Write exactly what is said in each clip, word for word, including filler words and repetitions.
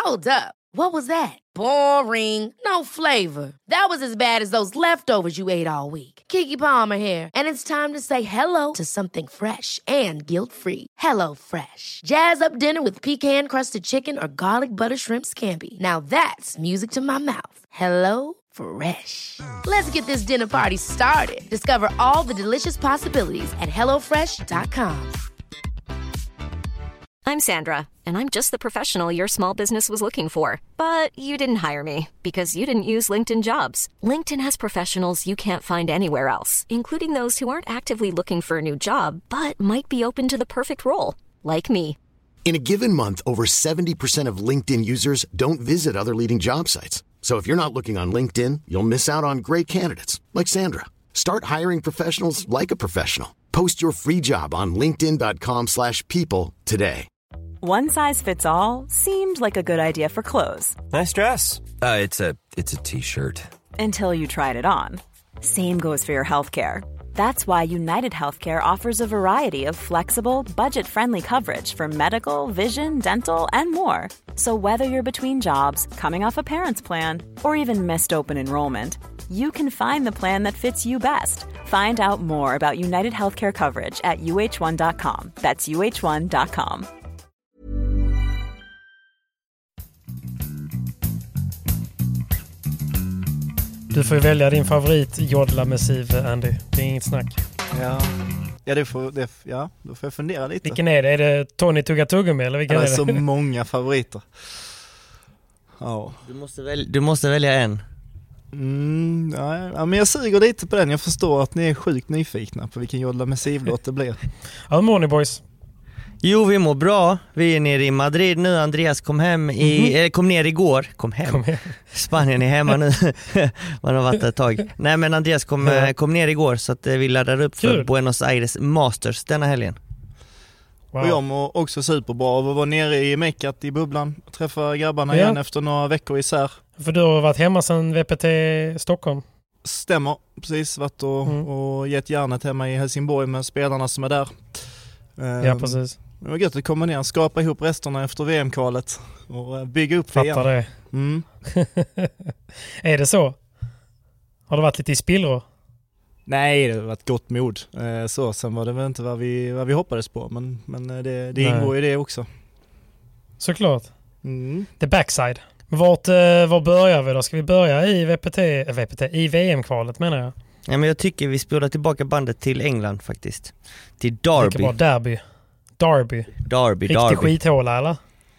Hold up. What was that? Boring. No flavor. That was as bad as those leftovers you ate all week. Keke Palmer here, and it's time to say hello to something fresh and guilt-free. Hello Fresh. Jazz up dinner with pecan-crusted chicken or garlic butter shrimp scampi. Now that's music to my mouth. Hello Fresh. Let's get this dinner party started. Discover all the delicious possibilities at hello fresh dot com. I'm Sandra, and I'm just the professional your small business was looking for. But you didn't hire me because you didn't use LinkedIn Jobs. LinkedIn has professionals you can't find anywhere else, including those who aren't actively looking for a new job, but might be open to the perfect role, like me. In a given month, over seventy percent of LinkedIn users don't visit other leading job sites. So if you're not looking on LinkedIn, you'll miss out on great candidates like Sandra. Start hiring professionals like a professional. Post your free job on linkedin dot com slash people today. One size fits all seemed like a good idea for clothes. Nice dress. Uh, it's a it's a t-shirt. Until you tried it on. Same goes for your healthcare. That's why United Healthcare offers a variety of flexible, budget-friendly coverage for medical, vision, dental, and more. So whether you're between jobs, coming off a parent's plan, or even missed open enrollment, you can find the plan that fits you best. Find out more about United Healthcare coverage at u h one dot com. That's u h one dot com. Du får ju välja din favorit jodla-missiv, Andy. Det är inget snack. Ja, ja, det får, det, ja då får jag fundera lite. Vilken är det? Är det Tony Tugga Tuggummi eller vilken ja, är det? Det är så många favoriter. Ja. Du måste, väl, du måste välja en. Mm, ja, ja, men jag suger lite på den. Jag förstår att ni är sjukt nyfikna på vilken jodla-missiv-låt det blir. Ja, hur mår ni, boys? Jo, vi mår bra. Vi är nere i Madrid nu. Andreas kom hem i, mm-hmm. eh, kom ner igår. Kom hem. Kom hem. Spanien är hemma nu. Man har varit ett tag. Nej, men Andreas kom, ja. kom ner igår så att vi laddar upp för Kul. Buenos Aires Masters denna helgen. Wow. Och jag mår också superbra av att vara nere i Meckat i bubblan och träffa grabbarna ja. igen efter några veckor isär. För du har varit hemma sedan V P T Stockholm. Stämmer, precis. Varit och, mm. och gett järnet hemma i Helsingborg med spelarna som är där. Ja, precis. Det var gött att komma ner och skapa ihop resterna efter V M-kvalet och bygga upp det igen. Fattar det. Mm. Är det så? Har det varit lite i spillror? Nej, det har varit gott mod. Så, sen var det väl inte vad vi, vad vi hoppades på, men, men det, det ingår ju det också. Såklart. Mm. The backside. Vart, var börjar vi då? Ska vi börja i V P T, V P T i V M-kvalet menar jag? Ja, men jag tycker vi spelar tillbaka bandet till England faktiskt. Till Derby. Det var Derby. Derby. Derby, Riktig Derby. skithåla, eller?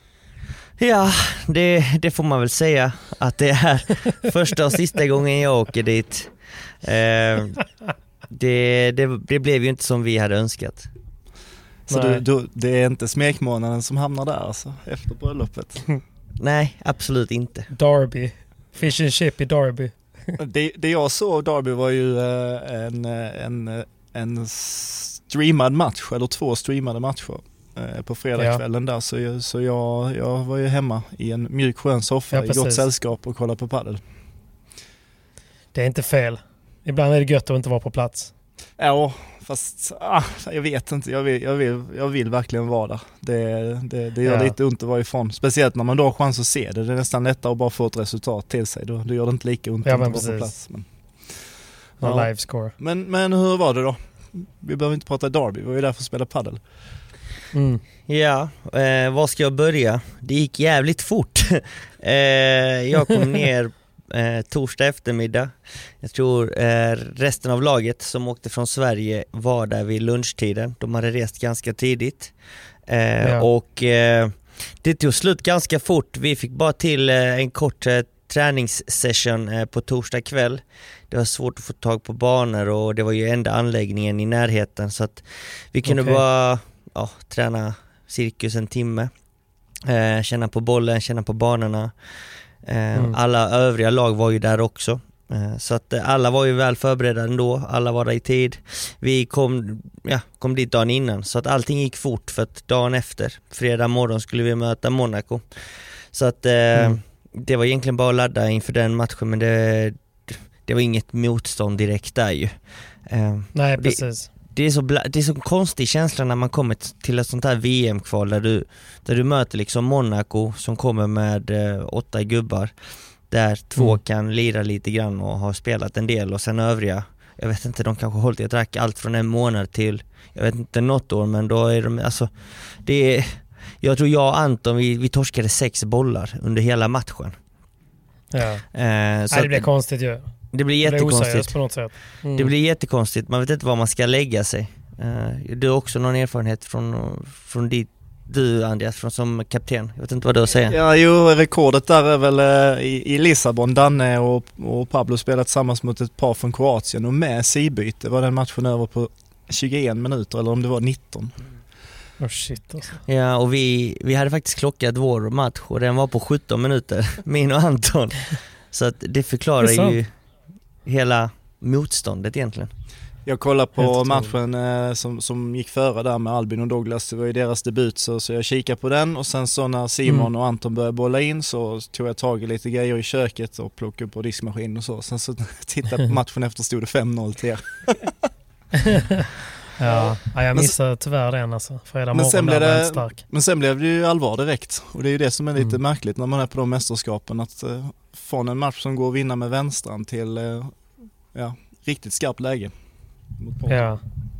Ja, det, det får man väl säga att det är första och sista gången jag åker dit. Eh, det, det, det blev ju inte som vi hade önskat. Så du, du, det är inte smekmånaden som hamnar där alltså, efter bröllopet? Nej, absolut inte. Derby. Fish and chip i Derby. Det, det jag såg av Derby var ju eh, en, en, en streamad match, eller två streamade matcher eh, på fredagskvällen ja. där. Så, jag, så jag, jag var ju hemma i en mjuk skön soffa ja, i gott sällskap och kollade på paddel. Det är inte fel. Ibland är det gött att inte vara på plats. Ja, fast ah, jag vet inte. Jag vill, jag vill, jag vill verkligen vara där. Det, det, det gör ja. lite ont att vara ifrån. Speciellt när man då har chans att se det. Det är nästan lättare att bara få ett resultat till sig. Då, då gör det inte lika ont ja, att vara precis. på plats. Men, ja. Live score. Men, men hur var det då? Vi behöver inte prata Derby. Vi var ju där för att spela paddel. Mm. Ja, eh, var ska jag börja? Det gick jävligt fort. eh, jag kom ner Eh, torsdag eftermiddag. Jag tror eh, resten av laget som åkte från Sverige var där vid lunchtiden. De hade rest ganska tidigt. Eh, ja. Och eh, det tog slut ganska fort. Vi fick bara till eh, en kort eh, träningssession eh, på torsdag kväll. Det var svårt att få tag på banor och det var ju enda anläggningen i närheten. Så att vi kunde okay. bara ja, träna cirkus en timme. Eh, känna på bollen, känna på banorna. Mm. Alla övriga lag var ju där också. Så att alla var ju väl förberedda ändå. Alla var där i tid. Vi kom, ja, kom dit dagen innan. Så att allting gick fort för att dagen efter, fredag morgon, skulle vi möta Monaco. Så att mm. eh, det var egentligen bara att ladda inför den matchen. Men det, det var inget motstånd direkt där ju. Eh, Nej, precis. Det, det är så bla, det är så konstig känsla när man kommer till ett sånt här V M-kval där du, där du möter liksom Monaco som kommer med eh, åtta gubbar där två mm. kan lira lite grann och har spelat en del, och sen övriga, jag vet inte, de kanske hållit ett rack allt från en månad till, jag vet inte, något år, men då är de, alltså det är, jag tror jag och Anton vi, vi torskade sex bollar under hela matchen. Ja. Eh, så Nej, det blir att, konstigt ju. Det blir jättekonstigt. Det blir på något sätt. Mm. Det blir jättekonstigt. Man vet inte var man ska lägga sig. Uh, du har också någon erfarenhet från, från dit, du Andreas, från som kapten. Jag vet inte vad du har att säga. Ja, jo, rekordet där är väl uh, i, i Lissabon. Danne och, och Pablo spelat tillsammans mot ett par från Kroatien och med sidbyte var den matchen över på tjugoen minuter, eller om det var nitton. Oh shit alltså. Ja, och vi, vi hade faktiskt klockat vår match och den var på sjutton minuter, min och Anton. Så att det förklarar det ju hela motståndet egentligen. Jag kollar på matchen eh, som, som gick före där med Albin och Douglas. Det var ju deras debut, så, så jag kikar på den. Och sen så när Simon mm. och Anton började bolla in så tog jag tag i lite grejer i köket och plockade upp på diskmaskin och så. Sen så tittade på matchen efter, stod det fem noll till er. Ja, ja, jag missade tyvärr den alltså. Fredag men sen, morgon blev det, stark. men sen blev det ju allvar direkt. Och det är ju det som är lite mm. märkligt när man är på de mästerskapen. Att uh, från en match som går att vinna med vänstran till uh, ja, riktigt skarpt läge. Ja.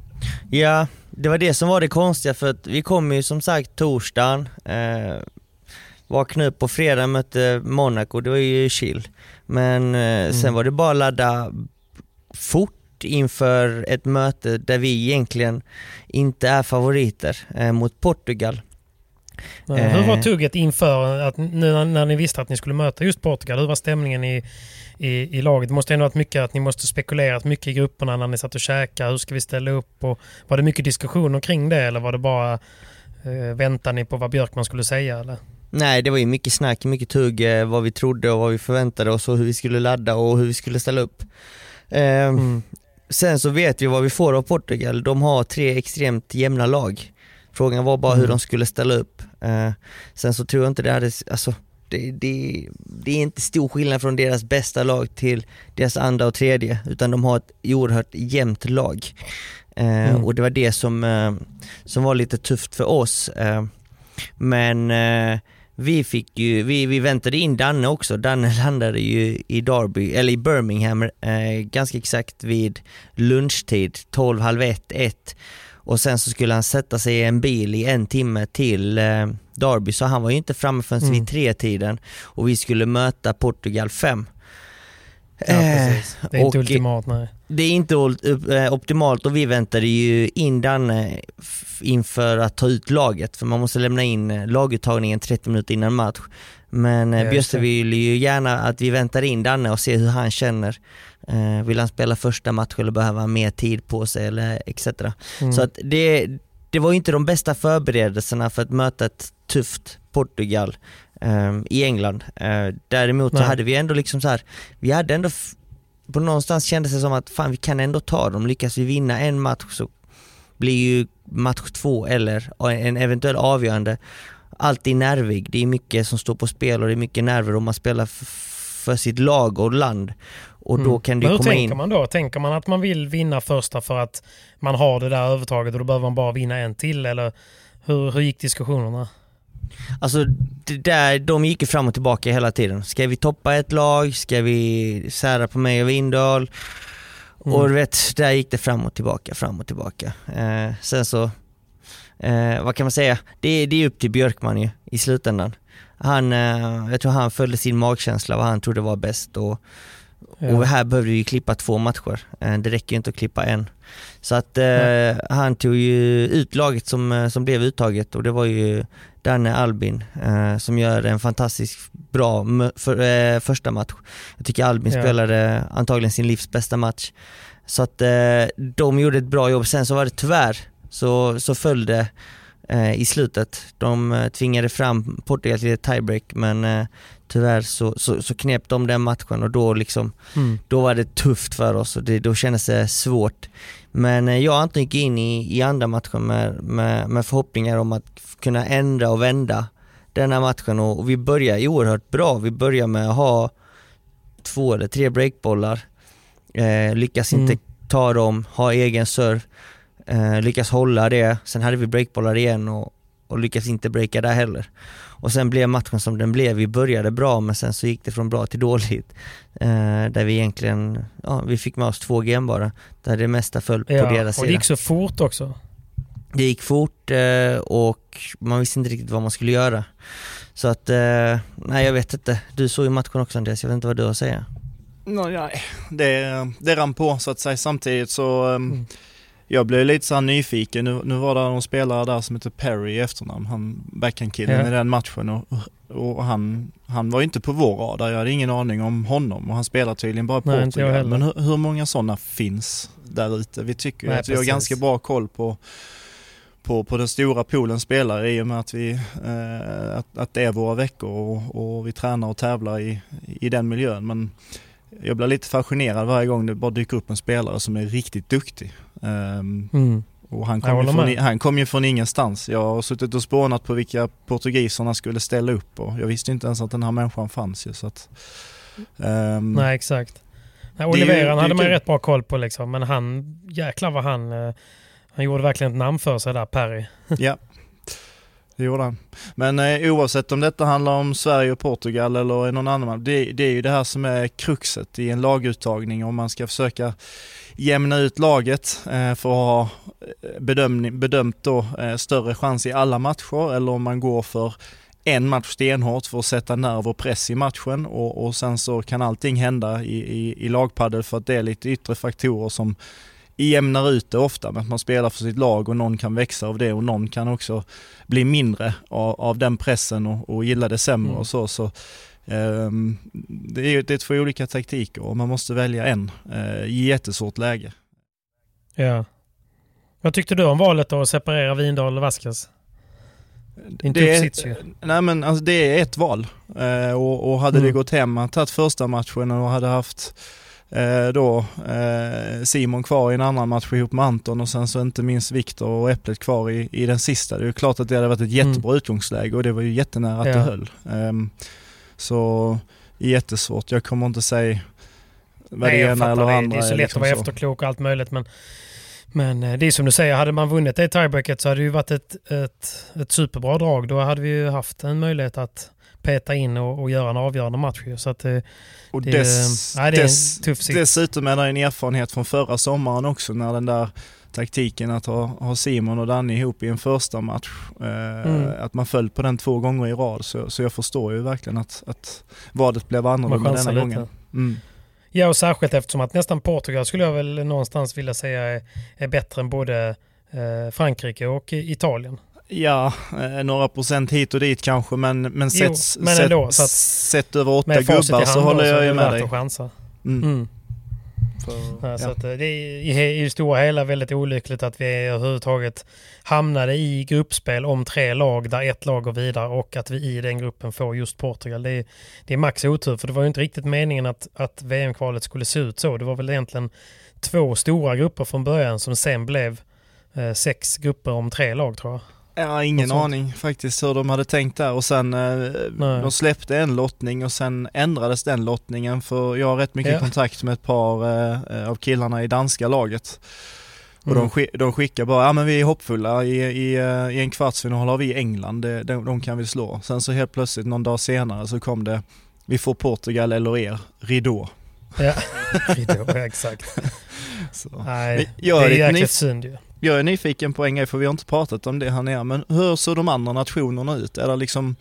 Ja, det var det som var det konstiga, för att vi kom ju som sagt torsdagen, eh, vaknade upp på fredag, mötte Monaco, det var ju chill. Men eh, mm. sen var det bara ladda fort inför ett möte där vi egentligen inte är favoriter eh, mot Portugal. Ja, hur var tugget inför att nu när ni visste att ni skulle möta just Portugal? Hur var stämningen i, i, i laget? Det måste ändå varit mycket att ni måste spekulerat mycket i grupperna när ni satt och käkade. Hur ska vi ställa upp? Och var det mycket diskussioner kring det, eller var det bara eh, väntar ni på vad Björkman skulle säga? Eller? Nej, det var ju mycket snack, mycket tugg, eh, vad vi trodde och vad vi förväntade oss och hur vi skulle ladda och hur vi skulle ställa upp. Eh, mm. Sen så vet vi vad vi får av Portugal. De har tre extremt jämna lag. Frågan var bara mm. hur de skulle ställa upp. Uh, sen så tror jag inte det hade, alltså, det, det, det är inte stor skillnad från deras bästa lag till deras andra och tredje, utan de har ett oerhört jämnt lag. Uh, mm. Och det var det som, uh, som var lite tufft för oss. Uh, men uh, vi fick ju, vi, vi väntade in Danne också. Danne landade ju i Derby, eller i Birmingham uh, ganska exakt vid lunchtid, tolv, halv ett, ett. Och sen så skulle han sätta sig i en bil i en timme till eh, Derby, så han var ju inte framme förrän mm. vid tre tiden och vi skulle möta Portugal fem. Ja, precis. Det är inte och ultimat, nej. Det är inte optimalt, och vi väntade ju in Danne inför att ta ut laget, för man måste lämna in laguttagningen trettio minuter innan match. Men ja, Bjösse vill ju gärna att vi väntar in Danne och ser hur han känner. Eh, vill han spela första match eller behöva mer tid på sig eller et cetera. Mm. Så att det, det var ju inte de bästa förberedelserna för att möta ett tufft Portugal eh, i England. Eh, däremot så hade vi ändå liksom så här, vi hade ändå f- på någonstans kändes det som att fan, vi kan ändå ta dem. Lyckas vi vinna en match så blir ju match två eller en eventuell avgörande alltid nervig. Det är mycket som står på spel och det är mycket nerver om man spelar f- för sitt lag och land. Och då mm. kan det hur komma tänker in. Man då? Tänker man att man vill vinna första för att man har det där övertaget och då behöver man bara vinna en till? Eller hur, hur gick diskussionerna? Alltså det där, de gick ju fram och tillbaka hela tiden. Ska vi toppa ett lag? Ska vi sära på mig och Vindal? Mm. Och du vet, där gick det fram och tillbaka, fram och tillbaka. Eh, sen så, eh, vad kan man säga? Det, det är upp till Björkman ju, i slutändan. Han, eh, jag tror han följde sin magkänsla, vad han trodde var bäst. Och, ja. och här behövde vi klippa två matcher. Eh, det räcker ju inte att klippa en. Så att eh, ja. han tog ju ut laget som, som blev uttaget. Och det var ju Danne Albin eh, som gör en fantastiskt bra för, eh, första match. Jag tycker Albin ja. spelade antagligen sin livs bästa match. Så att eh, de gjorde ett bra jobb. Sen så var det tyvärr så, så följde eh, i slutet. De eh, tvingade fram Portugal till ett tiebreak, men eh, tyvärr så, så, så knep de den matchen och då, liksom, mm. då var det tufft för oss och det, då kändes det svårt. Men eh, jag och Anton gick in i, i andra matchen med, med, med förhoppningar om att kunna ändra och vända den här matchen, och, och vi börjar oerhört bra. Vi börjar med att ha två eller tre breakbollar, eh, lyckas inte mm. ta dem, ha egen serve. Eh, lyckas hålla det. Sen hade vi breakbollar igen och, och lyckas inte breaka där heller. Och sen blev matchen som den blev. Vi började bra, men sen så gick det från bra till dåligt. Eh, där vi egentligen, ja, vi fick med oss två game bara. Där det mesta föll på ja, deras sida. Och det gick så fort också. Det gick fort eh, och man visste inte riktigt vad man skulle göra. Så att, eh, nej jag vet inte. Du såg ju matchen också, Andreas. Jag vet inte vad du har att säga. No, nej, det, det rann på så att säga. Samtidigt så um, mm. jag blev lite så här nyfiken. Nu, nu var det någon spelare där som heter Perry i efternamn. Han backhandkillen ja. i den matchen. Och, och han, han var ju inte på vår radar. Jag hade ingen aning om honom. Och han spelar tydligen bara på Portugal. Men hur, hur många sådana finns där ute? Vi tycker nej, att vi har ganska bra koll på På, på den stora poolen spelare i och med att, vi, eh, att, att det är våra veckor och, och vi tränar och tävlar i, i den miljön. Men jag blir lite fascinerad varje gång det bara dyker upp en spelare som är riktigt duktig. Um, mm. Och han kom, ju från, han kom ju från ingenstans. Jag har suttit och spånat på vilka portugiserna skulle ställa upp och jag visste inte ens att den här människan fanns ju. Så att, um, Nej, exakt. Nej, Oliveira hade man rätt bra koll på liksom, men han, jäklar vad han... Eh, Han gjorde verkligen ett namn för sig där, Perry. Ja, det gjorde han. Men eh, oavsett om detta handlar om Sverige och Portugal eller någon annan, det, det är ju det här som är kruxet i en laguttagning. Om man ska försöka jämna ut laget eh, för att ha bedömning, bedömt då, eh, större chans i alla matcher, eller om man går för en match stenhårt för att sätta nerv och press i matchen och, och sen så kan allting hända i, i, i lagpaddel för att det är lite yttre faktorer som jämnar ut det ofta, men att man spelar för sitt lag och någon kan växa av det och någon kan också bli mindre av, av den pressen och, och gilla det sämre mm. och så. så um, det är ju det är två olika taktiker och man måste välja en uh, i jättesvårt läge. Ja. Vad tyckte du om valet då att separera Windahl och Vasquez? Inte det uppsits ju. Nej men alltså det är ett val uh, och, och hade mm. det gått hem att tagit första matchen och hade haft Eh, då eh, Simon kvar i en annan match ihop med Anton och sen så inte minst Viktor och Äpplet kvar i, i den sista. Det är ju klart att det hade varit ett jättebra mm. utgångsläge och det var ju jättenära att ja. det höll. Eh, så jättesvårt. Jag kommer inte säga vad Nej, det ena eller det. andra. Det är så lätt liksom att vara så. efterklok och allt möjligt, men men det är som du säger, hade man vunnit det tiebreaket så hade det ju varit ett, ett, ett superbra drag. Då hade vi ju haft en möjlighet att peta in och, och göra en avgörande match. Så att det, och det, dess, nej, det är dess, en tuff sitt. Dessutom är det en erfarenhet från förra sommaren också när den där taktiken att ha, ha Simon och Danny ihop i en första match. Eh, mm. Att man föll på den två gånger i rad. Så, så jag förstår ju verkligen att, att vadet blev annorlunda denna lite. gången. Mm. Ja, och särskilt eftersom att nästan Portugal skulle jag väl någonstans vilja säga är, är bättre än både eh, Frankrike och Italien. Ja, eh, några procent hit och dit kanske, men, men, jo, sett, men sett, ändå, så att, sett över åtta gubbar så håller jag ju med dig. Chansa. Mm. Mm. För, ja, ja. Så att, det är i, i det stora hela väldigt olyckligt att vi överhuvudtaget hamnade i gruppspel om tre lag där ett lag går vidare och att vi i den gruppen får just Portugal. Det är, det är max otur, för det var ju inte riktigt meningen att, att V M-kvalet skulle se ut så. Det var väl egentligen två stora grupper från början som sen blev eh, sex grupper om tre lag, tror jag. Jag har ingen aning faktiskt hur de hade tänkt där och sen eh, de släppte en lottning och sen ändrades den lottningen, för jag har rätt mycket ja. kontakt med ett par eh, av killarna i danska laget och mm. de, de skickar bara, ja men vi är hoppfulla i, i, i en kvartsfinal har vi England, de, de, de kan vi slå. Sen så helt plötsligt någon dag senare så kom det, vi får Portugal eller er, ridå. Ja, ridå, exakt. Så. Nej, det är jäkligt synd ju. Jag är nyfiken på en grej, för vi har inte pratat om det här nere, men hur såg de andra nationerna ut? Är det liksom,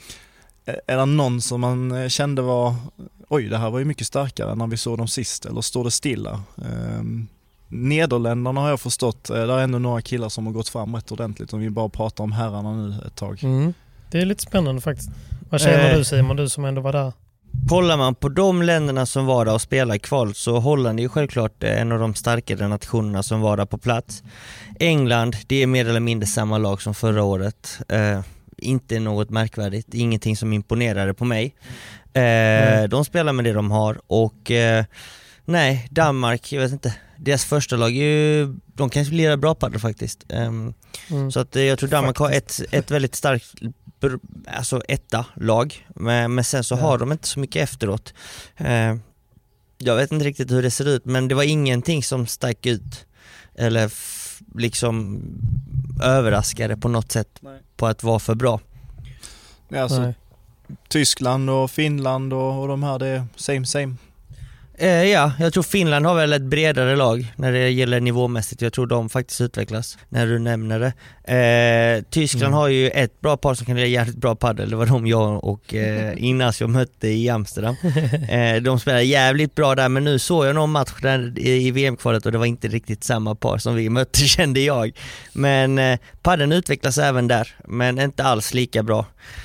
är det någon som man kände var, oj det här var ju mycket starkare när vi såg dem sist, eller står det stilla? Um, Nederländerna har jag förstått, det är ändå några killar som har gått fram rätt ordentligt om vi bara pratar om herrarna nu ett tag. Mm. Det är lite spännande faktiskt. Vad känner eh. du Simon, du som ändå var där? Kollar man på de länderna som var där och spelade i kval, så Holland är ju självklart en av de starkare nationerna som var där på plats. England, det är mer eller mindre samma lag som förra året. Eh, inte något märkvärdigt, ingenting som imponerade på mig. Eh, mm. De spelar med det de har och eh, nej, Danmark, jag vet inte. Deras första lag är ju, de kanske blir bra paddel faktiskt. Um, mm. Så att jag tror Danmark faktiskt har ett, ett väldigt starkt alltså etta lag, men, men sen så ja. har de inte så mycket efteråt. Uh, jag vet inte riktigt hur det ser ut, men det var ingenting som stack ut eller f- liksom överraskade på något sätt Nej. på att vara för bra. Ja, alltså, Tyskland och Finland och, och de här, det är same same. Eh, ja, jag tror Finland har väl ett bredare lag när det gäller nivåmässigt. Jag tror de faktiskt utvecklas när du nämner det. Eh, Tyskland mm. har ju ett bra par som kan lira jävligt bra paddel. Det var de jag och eh, Inas jag mötte i Amsterdam. Eh, de spelar jävligt bra där, men nu såg jag någon match där i V M-kvalet och det var inte riktigt samma par som vi mötte, kände jag. Men eh, paddeln utvecklas även där, men inte alls lika bra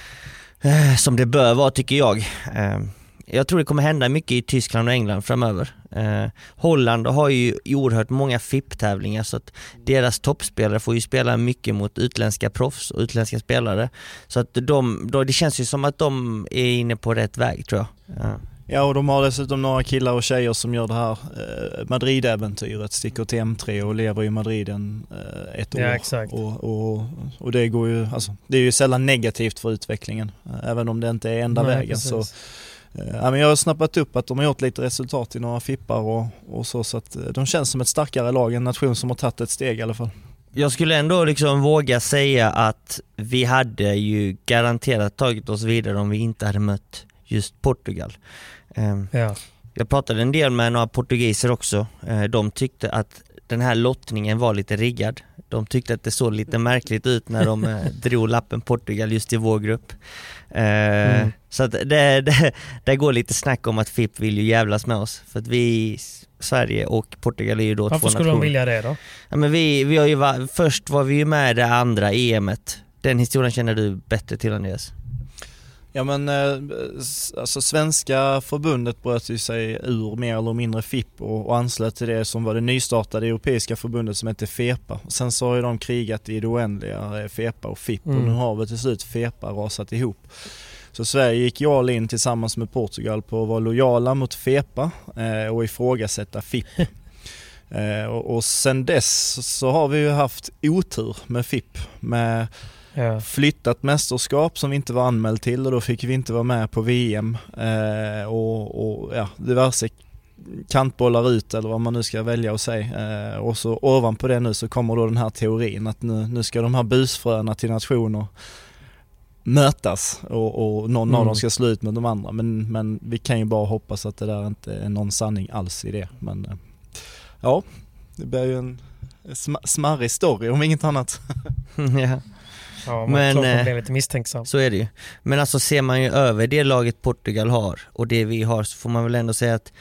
eh, som det bör vara, tycker jag. Eh, Jag tror det kommer hända mycket i Tyskland och England framöver. Eh, Holland har ju oerhört många F I P-tävlingar, så att deras toppspelare får ju spela mycket mot utländska proffs och utländska spelare. Så att de, då, det känns ju som att de är inne på rätt väg, tror jag. Ja. Ja, och de har dessutom några killar och tjejer som gör det här eh, Madrid-äventyret, sticker till M tre och lever i Madrid en, eh, ett år. Ja, exakt. Och, och, och det går ju, alltså, det är ju sällan negativt för utvecklingen, även om det inte är enda Nej, vägen. Så Ja, men jag har snappat upp att de har gjort lite resultat i några fippar och, och så, så att de känns som ett starkare lag, en nation som har tagit ett steg i alla fall. Jag skulle ändå liksom våga säga att vi hade ju garanterat tagit oss vidare om vi inte hade mött just Portugal. Um, ja. Jag pratade en del med några portugiser också. Uh, de tyckte att den här lottningen var lite riggad. De tyckte att det såg lite märkligt ut när de uh, drog lappen Portugal just i vår grupp. Uh, mm. Så att det, det, det går lite snack om att F I P vill ju jävlas med oss. För att vi, Sverige och Portugal är ju då Varför två skulle nationer. de vilja det då? Ja, men vi, vi har ju var, först var vi ju med det andra E M-et. Den historien känner du bättre till, Andreas. Ja, men alltså svenska förbundet bröt ju sig ur mer eller mindre F I P och, och anslöt till det som var det nystartade europeiska förbundet som heter FEPA. Sen så har ju de krigat i det oändliga, FEPA och F I P, mm. och nu har vi till slut FEPA rasat ihop. Så Sverige gick ju all in tillsammans med Portugal på att vara lojala mot FEPA eh, och ifrågasätta F I P. eh, och, och sen dess så har vi ju haft otur med F I P, med ja. flyttat mästerskap som vi inte var anmäld till, och då fick vi inte vara med på V M eh, och, och ja, diverse kantbollar ut eller vad man nu ska välja att säga. Eh, och så ovanpå det nu så kommer då den här teorin att nu, nu ska de här busfröna till nationer mötas och, och någon mm. av dem ska slå ut med de andra, men, men vi kan ju bara hoppas att det där inte är någon sanning alls i det. Men eh, ja, det blir ju en sm- smarrig story om inget annat. Ja. Ja, men man blir lite misstänksam. Så är det ju. Men alltså ser man ju över det laget Portugal har och det vi har, så får man väl ändå säga att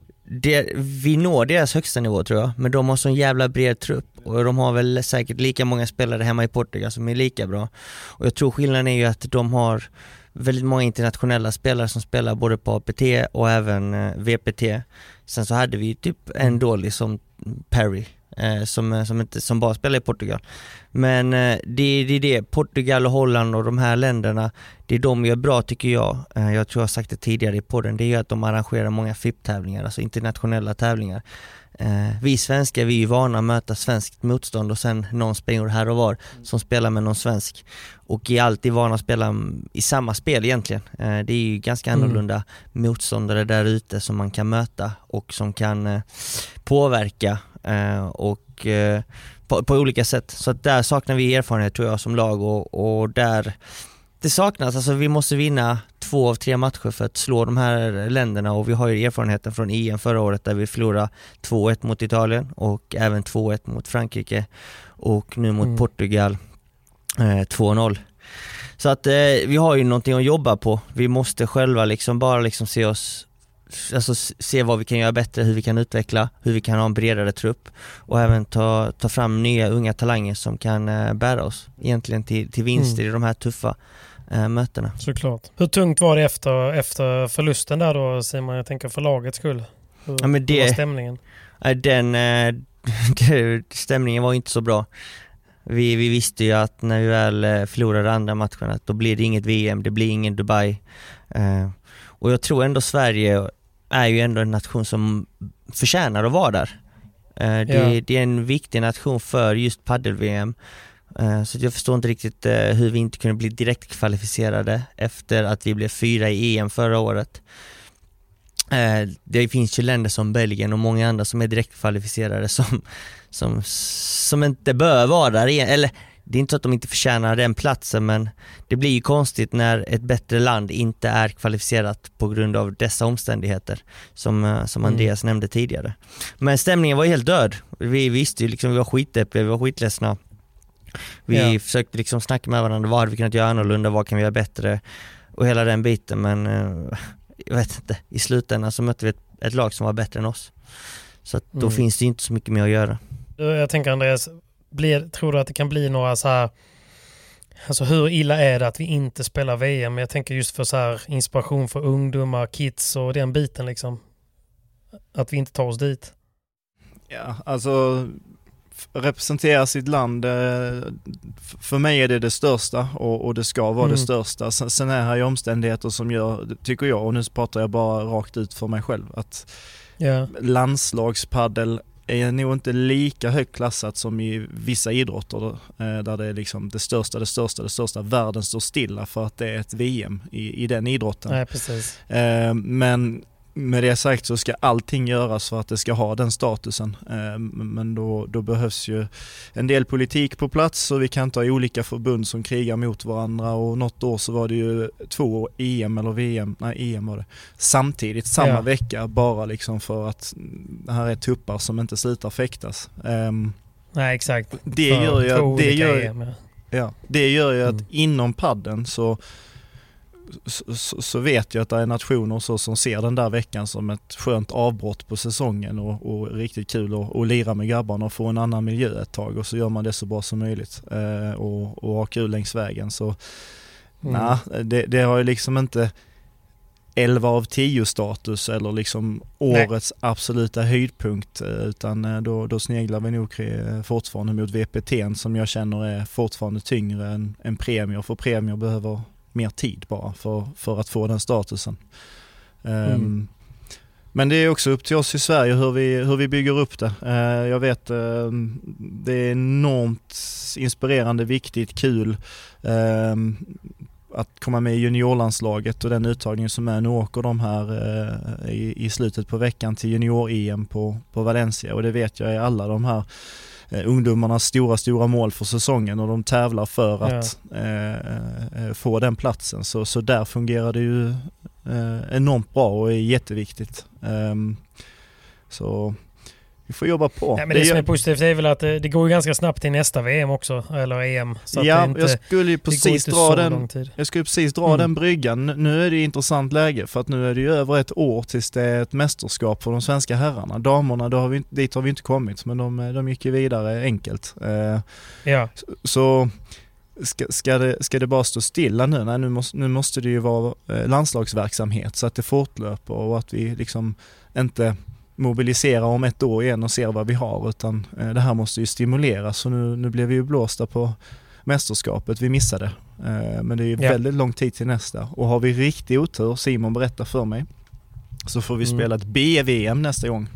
det, vi når deras högsta nivå, tror jag. Men de har så en jävla bred trupp och de har väl säkert lika många spelare hemma i Portugal som är lika bra. Och jag tror skillnaden är ju att de har väldigt många internationella spelare som spelar både på A P T och även eh, V P T. Sen så hade vi ju typ en dålig som Perry eh, som, som, inte, som bara spelar i Portugal. Men eh, det, det är det, Portugal och Holland och de här länderna, det är de gör bra, tycker jag. Eh, jag tror jag har sagt det tidigare i podden, det är ju att de arrangerar många F I P-tävlingar, alltså internationella tävlingar. Eh, vi svenskar, vi är ju vana att möta svenskt motstånd och sen någon springer här och var som spelar med någon svensk, och är alltid vana att spela i samma spel egentligen. Eh, det är ju ganska annorlunda mm. motståndare där ute som man kan möta och som kan eh, påverka eh, och eh, på, på olika sätt. Så att där saknar vi erfarenhet, tror jag, som lag, och, och där det saknas, alltså vi måste vinna två av tre matcher för att slå de här länderna, och vi har ju erfarenheten från E M förra året där vi förlorade två ett mot Italien och även två ett mot Frankrike och nu mot mm. Portugal eh, två noll. Så att eh, vi har ju någonting att jobba på. Vi måste själva liksom bara liksom se oss, alltså se vad vi kan göra bättre, hur vi kan utveckla, hur vi kan ha en bredare trupp och även ta, ta fram nya unga talanger som kan eh, bära oss egentligen till, till vinster mm. i de här tuffa äh, mötena. Såklart. Hur tungt var det efter, efter förlusten där då, Simon? Jag tänker för lagets skull. Hur, ja, men det, hur var stämningen? Den äh, stämningen var inte så bra. Vi, vi visste ju att när vi väl förlorade andra matcherna att då blir det inget V M, det blir ingen Dubai. Äh, och jag tror ändå Sverige är ju ändå en nation som förtjänar att vara där. Äh, det, ja. det är en viktig nation för just paddel-V M. Så jag förstår inte riktigt hur vi inte kunde bli direkt kvalificerade efter att vi blev fyra i E M förra året. Eh, det finns ju länder som Belgien och många andra som är direktkvalificerade som, som, som inte bör vara där igen. Eller det är inte så att de inte förtjänar den platsen, men det blir ju konstigt när ett bättre land inte är kvalificerat på grund av dessa omständigheter som, som Andreas mm. nämnde tidigare. Men stämningen var helt död. Vi visste ju liksom, vi var skitäppliga, vi var skitledsna. Vi ja. försökte liksom snacka med varandra, vad hade vi kunnat göra annorlunda, vad kan vi göra bättre och hela den biten, men uh, jag vet inte, i slutändan så mötte vi ett, ett lag som var bättre än oss. Så att då mm. finns det inte så mycket mer att göra. Jag tänker Andreas, blir, tror du att det kan bli några så här, alltså hur illa är det att vi inte spelar V M? Jag tänker just för så här inspiration för ungdomar, kids och den biten liksom. Att vi inte tar oss dit. Ja, alltså representera sitt land, för mig är det det största och, och det ska vara mm. det största. Sen, sen är här ju omständigheter som gör, tycker jag, och nu pratar jag bara rakt ut för mig själv, att yeah. landslagspaddel är nog inte lika högt klassat som i vissa idrotter där det är liksom det största, det största, det största. Världen står stilla för att det är ett V M i, i den idrotten. Nej, precis. Men med det sagt så ska allting göras för att det ska ha den statusen. Men då, då behövs ju en del politik på plats, så vi kan inte ha olika förbund som krigar mot varandra. Och något år så var det ju två E M eller V M, nej E M var det, samtidigt samma ja. vecka, bara liksom för att det här är tuppar som inte slutar fäktas. Nej, exakt. Det för gör ju, det gör, E M, ja. Ja, det gör ju att mm. inom padden så Så, så, så vet jag att det är nationer så som ser den där veckan som ett skönt avbrott på säsongen och, och riktigt kul att och lira med grabbarna och få en annan miljö ett tag, och så gör man det så bra som möjligt eh, och, och ha kul längs vägen. Så mm. nah, det, det har ju liksom inte elva av tio status eller liksom årets Nej. absoluta höjdpunkt, utan då, då sneglar vi nog fortfarande mot V P T som jag känner är fortfarande tyngre än, än premier, för premier behöver mer tid bara för, för att få den statusen. Mm. Um, men det är också upp till oss i Sverige hur vi, hur vi bygger upp det. Uh, jag vet, uh, det är enormt inspirerande, viktigt, kul uh, att komma med i juniorlandslaget, och den uttagningen som är nu åker de här uh, i, i slutet på veckan till junior-E M på, på Valencia, och det vet jag är alla de här Uh, ungdomarnas stora, stora mål för säsongen, och de tävlar för att ja. uh, uh, få den platsen. Så, så där fungerar det ju uh, enormt bra och är jätteviktigt. Um, så vi får jobba på. Ja, men det, det som är positivt är väl att det, det går ju ganska snabbt till nästa V M också, eller E M. Så ja, att det inte, jag skulle ju precis dra den, jag skulle precis dra mm. den bryggan. Nu är det ju intressant läge, för att nu är det ju över ett år tills det är ett mästerskap för de svenska herrarna. Damerna, då har vi, dit har vi inte kommit, men de, de gick ju vidare enkelt. Uh, ja. Så, så ska, ska, det, ska det bara stå stilla nu? Nej, nu måste, nu måste det ju vara landslagsverksamhet så att det fortlöper, och att vi liksom inte mobilisera om ett år igen och se vad vi har, utan eh, det här måste ju stimuleras. Så nu, nu blev vi ju blåsta på mästerskapet, vi missade eh, men det är ju ja. väldigt lång tid till nästa, och har vi riktig otur, Simon berättar för mig, så får vi mm. spela ett B V M nästa gång.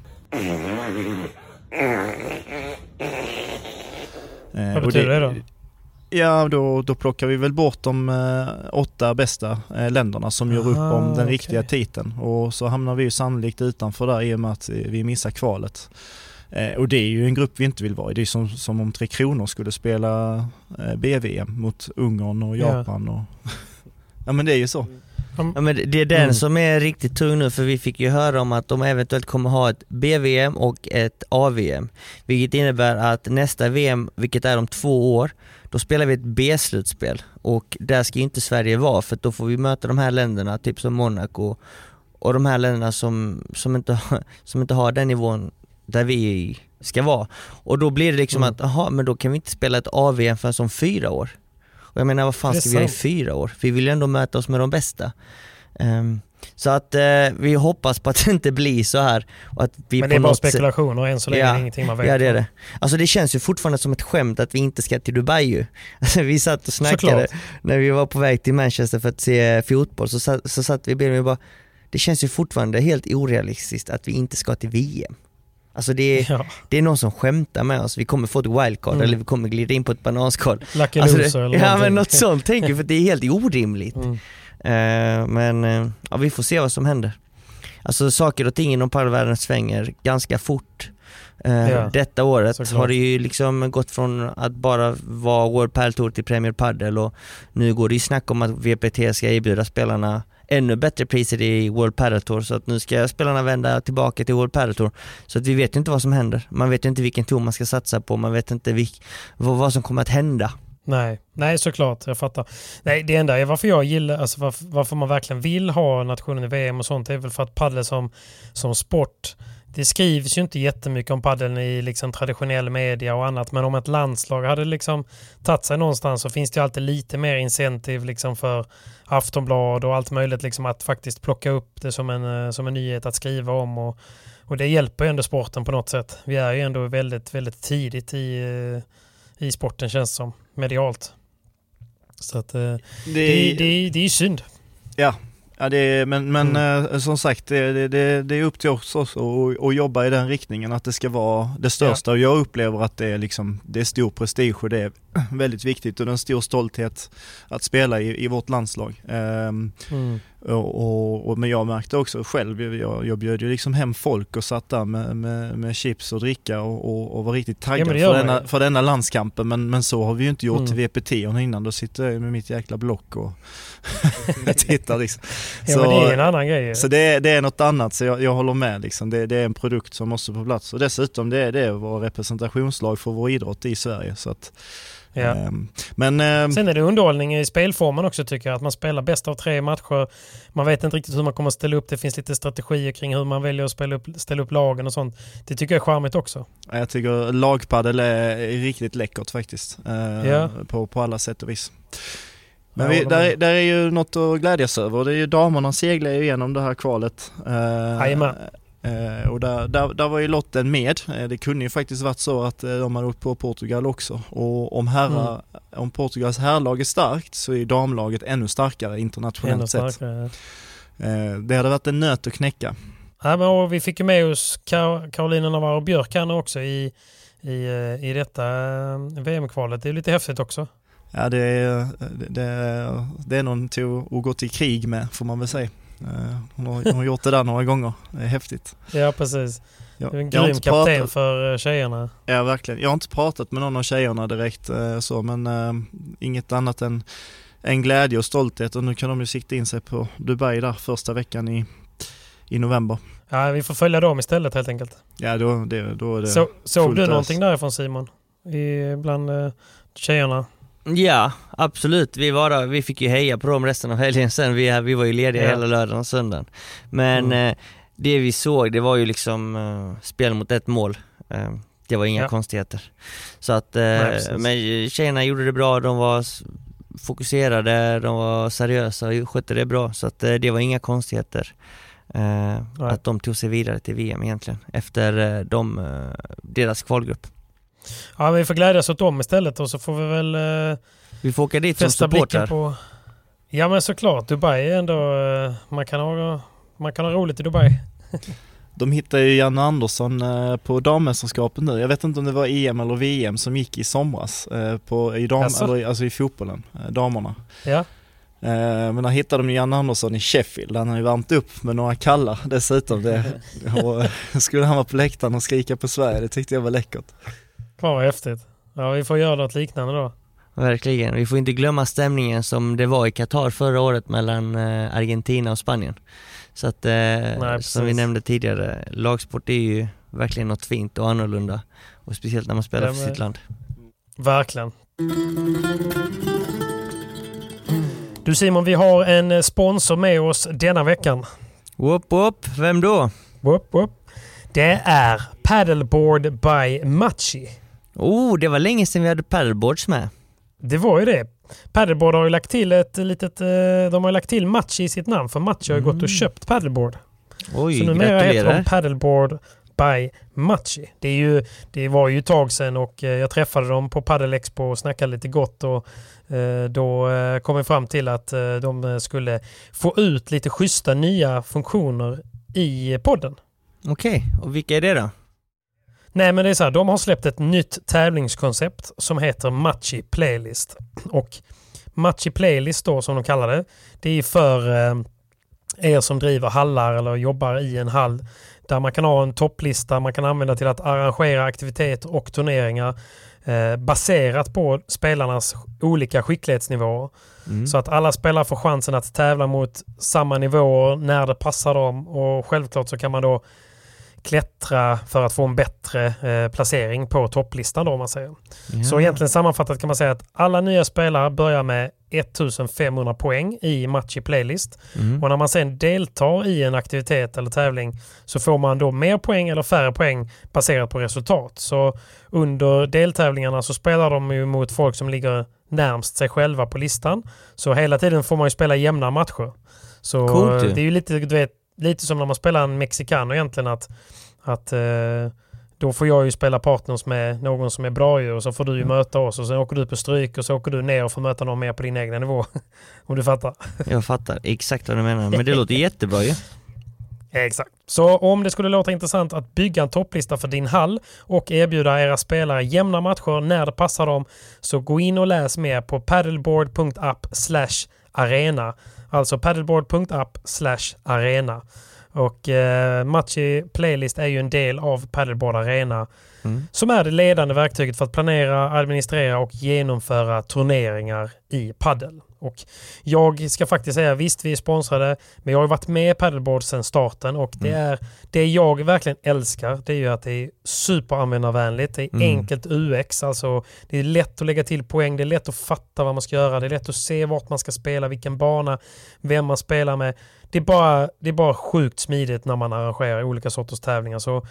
Eh, vad betyder det, det då? Ja, då, då plockar vi väl bort de eh, åtta bästa eh, länderna som gör upp ah, om den okay. riktiga titeln. Och så hamnar vi ju sannolikt utanför där i och med att vi missar kvalet. Eh, och det är ju en grupp vi inte vill vara i. Det är som, som om Tre Kronor skulle spela eh, B V M mot Ungern och Japan. Ja, och ja men det är ju så. Ja, men det är den mm. som är riktigt tung nu, för vi fick ju höra om att de eventuellt kommer ha ett B V M och ett A V M, vilket innebär att nästa V M, vilket är om två år, då spelar vi ett B-slutspel, och där ska ju inte Sverige vara, för då får vi möta de här länderna, typ som Monaco och de här länderna som, som, inte, som inte har den nivån där vi ska vara, och då blir det liksom mm. att aha, men då kan vi inte spela ett A V M för som fyra år. Och jag menar, vad fan ska vi göra i fyra år? Vi vill ju ändå möta oss med de bästa. Um, så att uh, vi hoppas på att det inte blir så här. Och att vi men det är bara spekulation och än så länge ja, är ingenting man vet. Ja, det är det. Alltså det känns ju fortfarande som ett skämt att vi inte ska till Dubai ju. Alltså, vi satt och snackade Såklart. När vi var på väg till Manchester för att se fotboll, så, så, så satt vi och bara, det känns ju fortfarande helt orealistiskt att vi inte ska till V M. Alltså det är, ja. det är någon som skämtar med oss. Vi kommer få ett wildcard mm. eller vi kommer glida in på ett bananskal. Lucky alltså loser det, eller ja, men något sånt tänker, för det är helt orimligt. Mm. Uh, men uh, ja, vi får se vad som händer. alltså saker och ting inom padelvärlden svänger ganska fort. Uh, ja, detta året såklart. har det ju liksom gått från att bara vara World Padel Tour till Premier Padel, och nu går det ju snack om att V P T ska erbjuda spelarna ännu bättre priser i World Padel Tour, så att nu ska spelarna vända tillbaka till World Padel Tour, så att vi vet inte vad som händer. Man vet inte vilken tour man ska satsa på, man vet inte vilk, vad, vad som kommer att hända. Nej, nej såklart, jag fattar. Nej, det enda är varför jag gillar, alltså varför, varför man verkligen vill ha nationen i V M och sånt, är väl för att padel som, som sport, det skrivs ju inte jättemycket om paddeln i liksom traditionell media och annat, men om ett landslag hade liksom tagit sig någonstans, så finns det ju alltid lite mer incentiv liksom för Aftonblad och allt möjligt liksom att faktiskt plocka upp det som en, som en nyhet att skriva om, och, och det hjälper ju ändå sporten på något sätt. Vi är ju ändå väldigt, väldigt tidigt i, i sporten, känns som, medialt. Så att det, det, det, det är ju synd. Ja. Ja, det är, men men Mm. eh, som sagt, det, det, det är upp till oss också att, att jobba i den riktningen, att det ska vara det största. Ja. Och jag upplever att det är, liksom, det är stor prestige och det är väldigt viktigt, och det är en stor stolthet att spela i, i vårt landslag. Um, Mm. och, och, och, men jag märkte också själv, jag, jag bjöd ju liksom hem folk och satt där med, med, med chips och dricka och, och, och var riktigt taggad Ja, för, man denna, ju. för denna landskampen, men, men så har vi ju inte gjort Mm. till V P T innan. Då sitter jag med mitt jäkla block och tittar liksom. Ja, Så, men det är en annan grej. så det är, det är något annat, så jag, jag håller med liksom. det, det är en produkt som måste på plats, och dessutom det är det vår representationslag för vår idrott i Sverige, så att Ja. ähm, men ähm, Sen är det underhållning i spelformen också, tycker jag, att man spelar bäst av tre matcher. Man vet inte riktigt hur man kommer att ställa upp, det finns lite strategier kring hur man väljer att spela upp, ställa upp lagen och sånt. Det tycker jag är charmigt också. jag tycker lagpaddel är riktigt läckert faktiskt, äh, Ja. på, på alla sätt och vis. Men Jag vi, håller där, med. är- där är ju något att glädjas över. Det är ju damerna seglar ju igenom det här kvalet. Uh, Jajamän. uh, och där, där, där var ju lotten med. Uh, det kunde ju faktiskt varit så att uh, de hade åkt på Portugal också. Och om, herra, Mm. om Portugals herrlag är starkt, så är damlaget ännu starkare internationellt Ändå sett. starkare. Uh, det hade varit en nöt att knäcka. Ja, men och vi fick ju med oss Kar- Carolina Navarro Björk här nu också i, i, eh, i detta eh, V M-kvalet. Det är lite häftigt också. Ja, det är, det, det, det är någon till att gå till krig med, får man väl säga. Uh, hon, har, hon har gjort det där några gånger. Det är häftigt. Ja, precis. Jag, Det är en jag har grym inte kapten pratat- för eh, tjejerna. Ja, verkligen. Jag har inte pratat med någon av tjejerna direkt eh, så, men eh, inget annat än en glädje och stolthet, och nu kan de ju sikta in sig på Dubai där första veckan i, i november. Ja, vi får följa dem istället helt enkelt. Ja, då, det, då är det Så, såg fullt du ös. någonting därifrån, Simon? I, bland eh, tjejerna? Ja, absolut. Vi, var där, vi fick ju heja på dem resten av helgen sen. Vi, vi var ju lediga Ja. hela lördagen och söndagen. Men Mm. eh, det vi såg, det var ju liksom eh, spel mot ett mål. Eh, det var inga Ja. konstigheter. Så att, eh, Nej, precis. men tjejerna gjorde det bra. De var s- fokuserade, de var seriösa och skötte det bra. Så att, eh, det var inga konstigheter. Eh, att de tog sig vidare till V M egentligen efter eh, de, eh, deras kvalgrupp. Ja, vi får glädjas åt dem istället, och så får vi väl eh, Vi får åka dit som fästa blicken supportrar. på... Ja, men såklart. Dubai är ändå... Eh, man, kan ha, man kan ha roligt i Dubai. De hittade ju Janne Andersson eh, på dammästerskapet nu. Jag vet inte om det var E M eller V M som gick i somras eh, på, i, dam, Jaså? eller, alltså i fotbollen, eh, damerna. Ja. Eh, men där hittade de ju Janne Andersson i Sheffield. Han har ju värmt upp med några kallar dessutom. Det, och, eh, skulle han vara på läktaren och skrika på Sverige, det tyckte jag var läckert. Fan vad häftigt. Ja, vi får göra något liknande då. Verkligen. Vi får inte glömma stämningen som det var i Qatar förra året mellan eh, Argentina och Spanien. Så att, eh, Nej, som vi precis. nämnde tidigare, lagsport är ju verkligen något fint och annorlunda. Och speciellt när man spelar Ja, för men- sitt land. Verkligen. Du Simon, vi har en eh, sponsor med oss denna veckan. Whoop whoop, vem då? Whoop, whoop. Det är Paddleboard by Machi. Oh, det var länge sedan vi hade paddleboards med. Det var ju det. Paddleboard har ju lagt till ett litet... eh, De har ju lagt till Machi i sitt namn, för Machi har ju gått och köpt Paddleboard. Oj, Så numera heter de gratulerar. Paddleboard by Machi. Det, är ju, det var ju ett tag sedan, och eh, jag träffade dem på Paddle Expo och snackade lite gott, och eh, då eh, kom vi fram till att eh, de skulle få ut lite schyssta nya funktioner i podden. Okej, och vilka är det då? Nej, men det är så här, de har släppt ett nytt tävlingskoncept som heter Machi Playlist. Och Machi Playlist då, som de kallar det, det är för eh, er som driver hallar eller jobbar i en hall där man kan ha en topplista man kan använda till att arrangera aktiviteter och turneringar eh, baserat på spelarnas olika skicklighetsnivåer. Mm. Så att alla spelare får chansen att tävla mot samma nivåer när det passar dem, och självklart så kan man då klättra för att få en bättre eh, placering på topplistan då, om man säger. Ja. Så egentligen sammanfattat kan man säga att alla nya spelare börjar med femtonhundra poäng i match i playlist. Mm. Och när man sen deltar i en aktivitet eller tävling så får man då mer poäng eller färre poäng baserat på resultat. Så under deltävlingarna så spelar de ju mot folk som ligger närmst sig själva på listan. Så hela tiden får man ju spela jämna matcher. Så Coolt, det är ju lite, du vet, lite som när man spelar en mexikan egentligen, att, att eh, då får jag ju spela partners med någon som är bra ju, och så får du ju möta oss, och sen åker du på stryk och så åker du ner och får möta någon mer på din egna nivå. Om du fattar. Jag fattar exakt vad du menar, men det låter jättebra ju. Exakt. Så om det skulle låta intressant att bygga en topplista för din hall och erbjuda era spelare jämna matcher när det passar dem, så gå in och läs mer på paddleboard punkt app slash arena. Alltså paddleboard punkt app slash arena. Och eh, Match i Playlist är ju en del av Paddleboard Arena, mm. som är det ledande verktyget för att planera, administrera och genomföra turneringar i paddel. Och jag ska faktiskt säga, visst vi är sponsrade, men jag har varit med i Paddleboard sedan starten, och det är det jag verkligen älskar, det är ju att det är superanvändarvänligt, det är mm. enkelt U X, alltså det är lätt att lägga till poäng, det är lätt att fatta vad man ska göra, det är lätt att se vart man ska spela, vilken bana, vem man spelar med. Det är bara, det är bara sjukt smidigt när man arrangerar olika sorters tävlingar. Så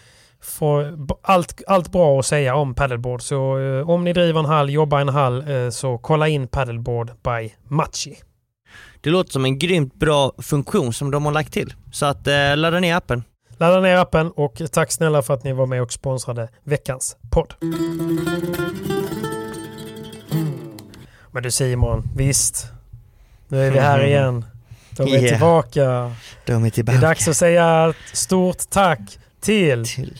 får allt, allt bra att säga om Paddleboard. Så eh, om ni driver en hall, jobbar en hall, eh, så kolla in Paddleboard by Matchi. Det låter som en grymt bra funktion som de har lagt till. Så att eh, ladda ner appen. Ladda ner appen, och tack snälla för att ni var med och sponsrade veckans podd. Men du Simon, visst. Nu är vi här igen. De är yeah. tillbaka. De är tillbaka. Det är dags att säga ett stort tack till, till.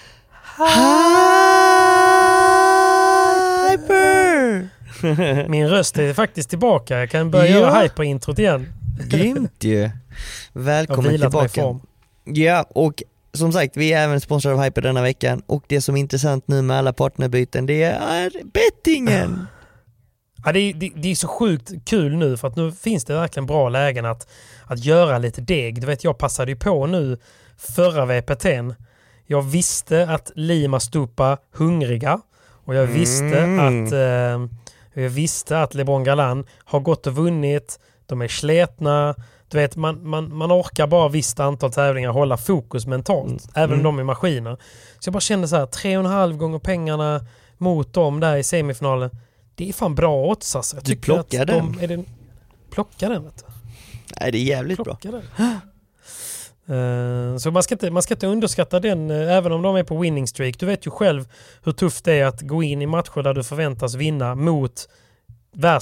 Hyper. Min röst är faktiskt tillbaka. Jag kan börja ja. göra Hyper-introt igen. Grymt ju. Välkommen tillbaka. Ja, och som sagt, vi är även sponsrade av Hyper denna veckan. Och det som är intressant nu med alla partnerbyten, det är bettingen. Ja, det, är, det, det är så sjukt kul nu, för att nu finns det verkligen bra lägen att, att göra lite deg. Du vet, jag passade ju på nu förra V P T:n. Jag visste att Lima Stupa hungriga, och jag visste mm. att eh, jag visste att LeBron Galan har gått och vunnit. De är sletna. Du vet, man, man, man orkar bara visst antal tävlingar hålla fokus mentalt, mm. även om mm. de är maskiner. Så jag bara kände så här, tre och en halv gånger pengarna mot dem där i semifinalen. Det är fan bra odds alltså. Jag tycker du plockar att de, den. Är det, plocka den, vet du. Nej, det är jävligt plocka bra. Uh, så man ska, inte, man ska inte underskatta den, uh, även om de är på winning streak. Du vet ju själv hur tufft det är att gå in i matcher där du förväntas vinna mot värst.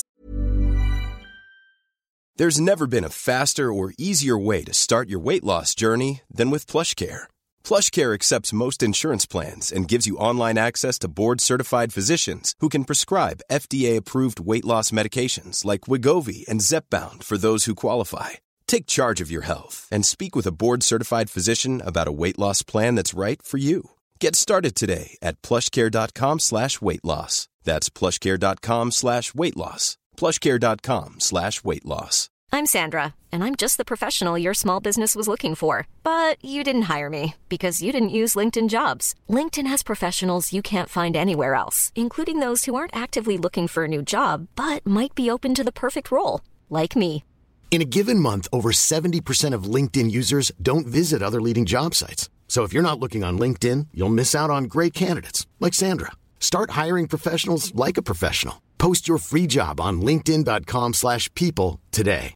There's never been a faster or easier way to start your weight loss journey than with PlushCare. PlushCare accepts most insurance plans and gives you online access to board-certified physicians who can prescribe F D A-approved weight loss medications like Wegovy and Zepbound for those who qualify. Take charge of your health and speak with a board-certified physician about a weight loss plan that's right for you. Get started today at plushcare.com slash weight loss. That's plushcare.com slash weight loss. plushcare.com slash weight loss. I'm Sandra, and I'm just the professional your small business was looking for. But you didn't hire me because you didn't use LinkedIn Jobs. LinkedIn has professionals you can't find anywhere else, including those who aren't actively looking for a new job, but might be open to the perfect role, like me. In a given month, over seventy percent of LinkedIn users don't visit other leading job sites. So if you're not looking on LinkedIn, you'll miss out on great candidates like Sandra. Start hiring professionals like a professional. Post your free job on linkedin.com slash people today.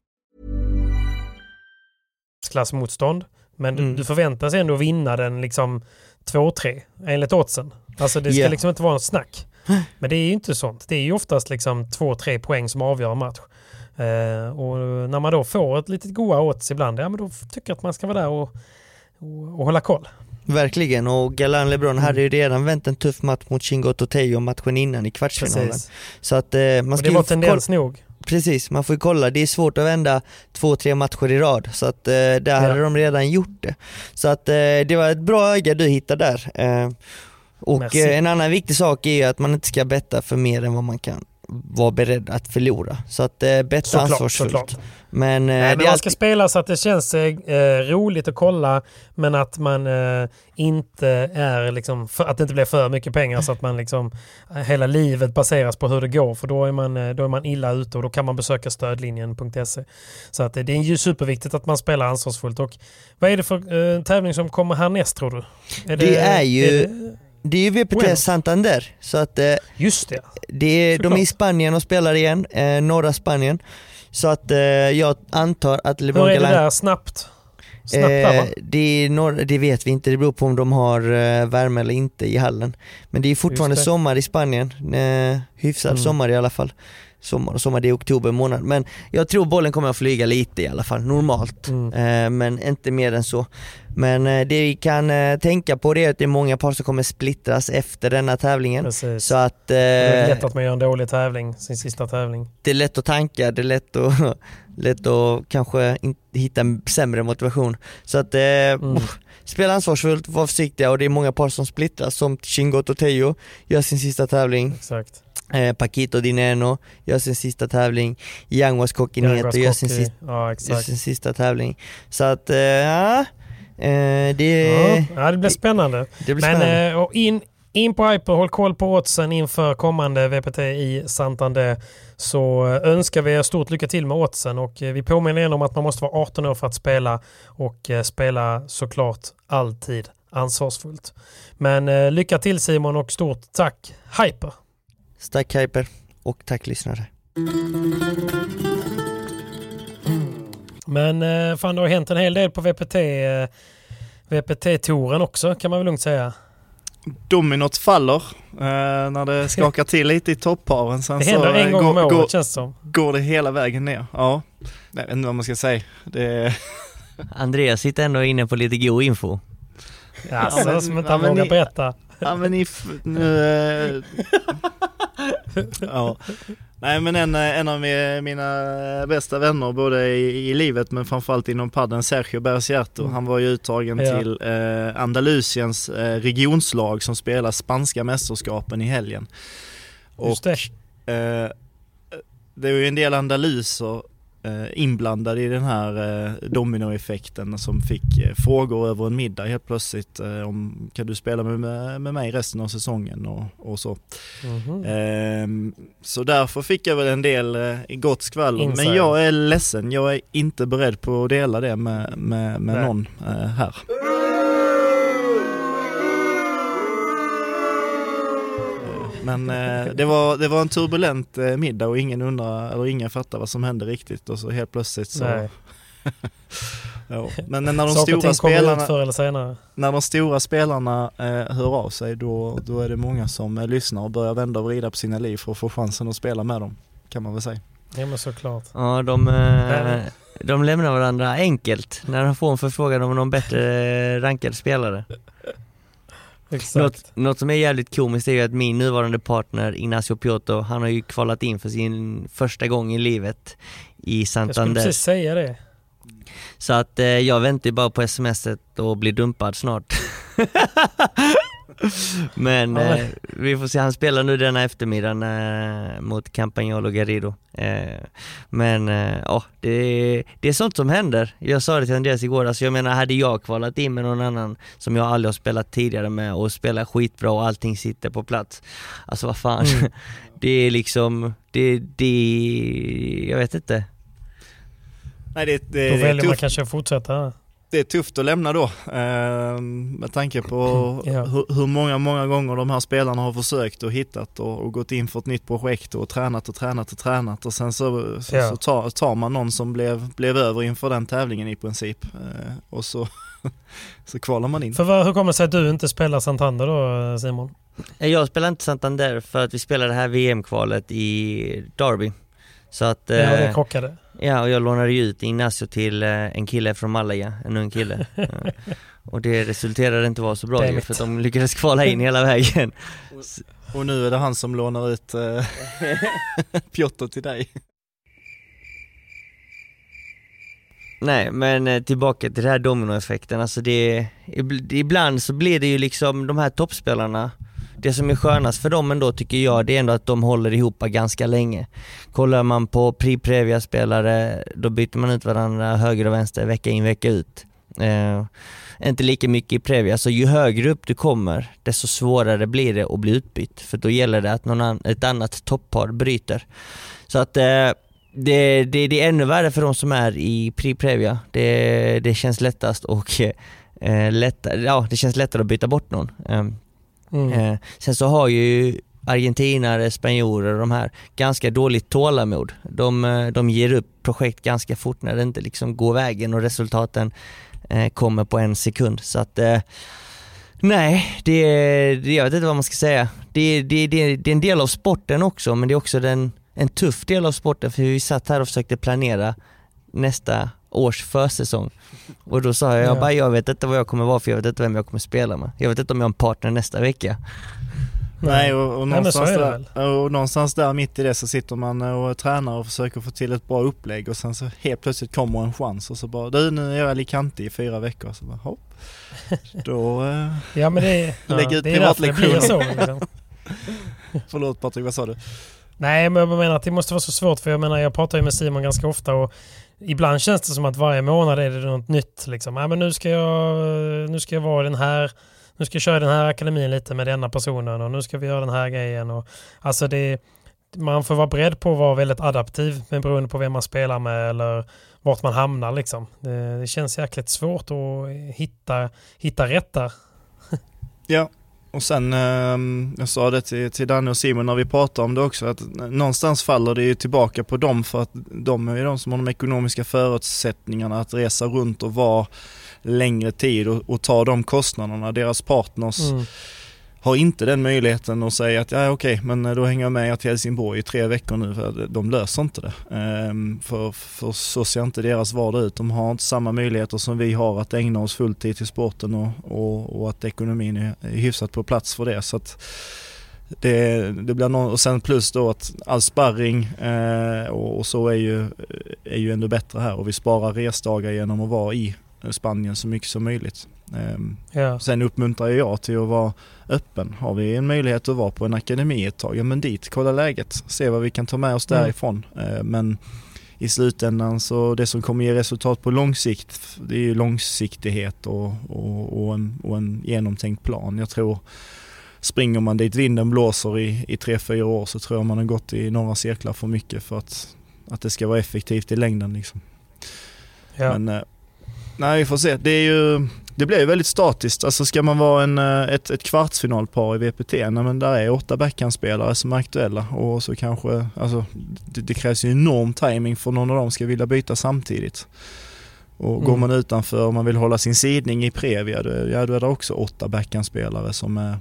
Klassmotstånd, men mm. du, du förväntas ändå vinna den liksom två tre enligt oddsen. Alltså det ska yeah. liksom inte vara något snack. Men det är ju inte sånt. Det är ju oftast liksom två tre poäng som avgör en match. Uh, och när man då får ett litet goa odds ibland, ja, men då tycker jag att man ska vara där och, och, och hålla koll. Verkligen, och Galan LeBron mm. hade ju redan vänt en tuff match mot Chingoto Tejo matchen innan i kvartsfinalen. Precis. Så att uh, man ska, det var tendens koll... nog. Precis, man får ju kolla. Det är svårt att vända två, tre matcher i rad. Så att eh, där ja. hade de redan gjort det. Så att eh, det var ett bra öga du hittade där. Eh, och eh, en annan viktig sak är att man inte ska betta för mer än vad man kan vara beredd att förlora. Så att eh, betta såklart, ansvarsfullt. Såklart. Men, eh, Nej, men det man alltid... ska spela så att det känns eh, roligt att kolla, men att man eh, inte är liksom, för, att det inte blir för mycket pengar så att man liksom hela livet baseras på hur det går, för då är man, då är man illa ute, och då kan man besöka stödlinjen punkt se. Så att det är ju superviktigt att man spelar ansvarsfullt. Och vad är det för eh, tävling som kommer härnäst, tror du? Är det, det är ju... Är det... Det är ju V P T Santander, så att eh, just det. det är, de är i Spanien och spelar igen, eh, norra Spanien. Så att eh, jag antar att LeBron Hur är det Galan... där snabbt? snabbt där, va? Eh, det, är norr, det vet vi inte, det beror på om de har eh, värme eller inte i hallen. Men det är fortfarande det. sommar i Spanien, eh, hyfsad mm. sommar i alla fall. Sommar och sommar, det är oktober månad. Men jag tror bollen kommer att flyga lite i alla fall, normalt. Mm. Eh, men inte mer än så. Men eh, det vi kan eh, tänka på det är att det är många par som kommer splittras efter denna tävlingen. Precis. Så att, eh, det är lätt att man gör en dålig tävling, sin sista tävling. Det är lätt att tanka, det är lätt att, lätt att kanske in, hitta en sämre motivation. Så att eh, mm. oh, spela ansvarsfullt, var försiktiga, och det är många par som splittras, som Chingot och Teo gör sin sista tävling. Exakt. Eh, Paquito Dineno gör sin sista tävling. Yanguas Coquineto gör sin, sista, ja, gör sin sista tävling. Så att, eh, ja, eh, det, ja, det blir spännande. Det blir Men spännande. Eh, och in, in på Hyper, håll koll på oddsen inför kommande V P T i Santander. Så önskar vi er stort lycka till med oddsen, och vi påminner igen om att man måste vara arton år för att spela, och eh, spela såklart alltid ansvarsfullt. Men eh, lycka till, Simon, och stort tack Hyper. Tack Hyper, och tack lyssnare. Men eh, fan, det har hänt en hel del på V P T eh, V P T-touren också, kan man väl lugnt säga. Dominot faller eh, när det skakar till lite i topparen. Sen det händer så, en gång går, om året, går, känns som. Går det hela vägen ner. Ja, jag vet inte vad man ska säga. Det... Andreas sitter ändå inne på lite god info. Ja, så men, som inte han ja, vågar ni, berätta. Ja, men ni... F- nu, äh, ja. Nej, men en, en av mina bästa vänner, både i, i livet men framförallt inom padden, Sergio Bercierto, mm. han var ju uttagen ja. till eh, Andalusiens eh, regionslag som spelar spanska mästerskapen i helgen. Just det. Och eh, det är ju en del andaluser eh, inblandade i den här eh, dominoeffekten, som fick eh, frågor över en middag helt plötsligt eh, om kan du spela med, med mig resten av säsongen och, och så. Mm-hmm. Eh, så därför fick jag väl en del eh, gott skvaller. Inside. Men jag är ledsen, jag är inte beredd på att dela det med, med, med någon eh, här. Men eh, det, var, det var en turbulent eh, middag, och ingen undrar, eller ingen fattar vad som hände riktigt, och så helt plötsligt så ja. Men när de stora spelarna förr eller senare. när de stora spelarna eh, hör av sig, då, då är det många som eh, lyssnar och börjar vända och vrida på sina liv för att få chansen att spela med dem, kan man väl säga. Ja, men såklart. Ja, de, eh, de lämnar varandra enkelt när de får en förfrågan om någon bättre rankad spelare. Något, något som är jävligt komiskt är ju att min nuvarande partner Ignacio Piotto, han har ju kvalat in för sin första gång i livet i Santander. Jag skulle precis säga det. Så att eh, jag väntar bara på smset och blir dumpad snart. Men eh, vi får se, han spelar nu denna eftermiddagen eh, mot Campagnolo och Garrido. Eh, men eh, oh, det, det är sånt som händer. Jag sa det till Andreas igår, alltså jag menar, hade jag kvalat in med någon annan som jag aldrig har spelat tidigare med och spelar skitbra och allting sitter på plats, alltså vad fan. Mm. Det är liksom det, det jag vet inte. Nej, det, det, då väljer det är man kanske att fortsätta. Det är tufft att lämna då, eh, med tanke på ja. hur, hur många, många gånger de här spelarna har försökt och hittat och, och gått in för ett nytt projekt och tränat och tränat och tränat, och sen så, så, ja. så tar, tar man någon som blev, blev över inför den tävlingen i princip, eh, och så, så kvalar man in. För vad, hur kommer det sig att du inte spelar Santander då, Simon? Jag spelar inte Santander för att vi spelar det här V M-kvalet i Derby. Så att, ja, det krockade. Ja, och jag lånade ju ut Ignacio till en kille från Malaga, en ung kille. Ja. Och det resulterade inte vara så bra ju, för att de lyckades kvala in hela vägen. Och nu är det han som lånar ut äh, Piotto till dig. Nej, men tillbaka till det här dominoeffekten. Alltså det, ibland så blir det ju liksom de här toppspelarna. Det som är skönast för dem ändå tycker jag, det är ändå att de håller ihop ganska länge. Kollar man på Pri-Previa-spelare, då byter man ut varandra höger och vänster vecka in vecka ut. Eh, inte lika mycket i Previa, så ju högre upp du kommer, desto svårare blir det att bli utbytt. För då gäller det att någon an- ett annat toppar bryter. Så att eh, det, det, det är ännu värre för de som är i Pri-Previa. Det, det känns lättast och eh, lättare, ja, det känns lättare att byta bort någon. Eh, Mm. Eh, sen så har ju argentinare, spanjorer, de här ganska dåligt tålamod. De, de ger upp projekt ganska fort när det inte liksom går vägen och resultaten eh, kommer på en sekund. Så att eh, nej, det, det, jag vet inte vad man ska säga. Det, det, det, det är en del av sporten också, men det är också den, en tuff del av sporten, för vi satt här och försökte planera nästa års försäsong. Och då sa jag, jag bara, jag vet inte vad jag kommer vara, för jag vet inte vem jag kommer spela med. Jag vet inte om jag har en partner nästa vecka. Nej, och, och, någonstans, där, och någonstans där mitt i det så sitter man och tränar och försöker få till ett bra upplägg, och sen så helt plötsligt kommer en chans och så bara, du, nu är jag Alicante i fyra veckor, så bara, hopp. Då äh, ja, men det, lägger ja, ut det är därför det blir så. Liksom. Förlåt Patrik, vad sa du? Nej, men jag menar att det måste vara så svårt, för jag menar, jag pratar ju med Simon ganska ofta, och ibland känns det som att varje månad är det något nytt liksom. Ja, men nu ska jag nu ska jag vara den här, nu ska jag köra den här akademin lite med denna personen, och nu ska vi göra den här grejen, och alltså det, man får vara beredd på att vara väldigt adaptiv, men beroende på vem man spelar med eller vart man hamnar liksom. Det, det känns jäkligt svårt att hitta hitta rätt där. Ja. Och sen, eh, jag sa det till, till Danne och Simon när vi pratade om det också, att någonstans faller det ju tillbaka på dem, för att de är ju de som har de ekonomiska förutsättningarna att resa runt och vara längre tid och, och ta de kostnaderna. Deras partners mm. har inte den möjligheten att säga att ja, okej, men då hänger jag med till Helsingborg i tre veckor nu, för de löser inte det. Ehm, för, för så ser inte deras vardag ut. De har inte samma möjligheter som vi har att ägna oss fulltid till sporten, och, och, och att ekonomin är hyfsat på plats för det. Så att det, det blir någon, och sen plus då att all sparring eh, och, och så är ju, är ju ändå bättre här, och vi sparar resdagar genom att vara i Spanien så mycket som möjligt. Um, ja. Sen uppmuntrar jag till att vara öppen. Har vi en möjlighet att vara på en akademi ett tag, ja, men dit, kolla läget, se vad vi kan ta med oss därifrån. Mm. Uh, men i slutändan så det som kommer ge resultat på lång sikt, det är ju långsiktighet och, och, och, en, och en genomtänkt plan. Jag tror, springer man dit vinden blåser i, i tre, fyra år, så tror jag man har gått i några cirklar för mycket för att, att det ska vara effektivt i längden liksom. Ja. Men uh, nej, vi får se. Det är ju, det blir ju väldigt statiskt. Alltså ska man vara en, ett, ett kvartsfinalpar i V P T, nej, men där är åtta backhandspelare som är aktuella, och så kanske, alltså det, det krävs ju enorm timing för någon av dem ska vilja byta samtidigt. Och mm. går man utanför och man vill hålla sin sidning i Previa, då, ja, då är det också åtta backhandspelare som är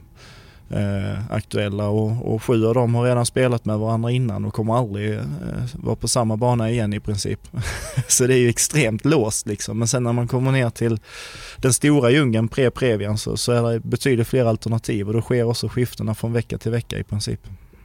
eh, aktuella, och, och sju av dem har redan spelat med varandra innan och kommer aldrig eh, vara på samma bana igen i princip. Så det är ju extremt låst liksom. Men sen när man kommer ner till den stora djungeln pre-Previan så, så är det betydligt fler alternativ, och då sker också skiftena från vecka till vecka i princip.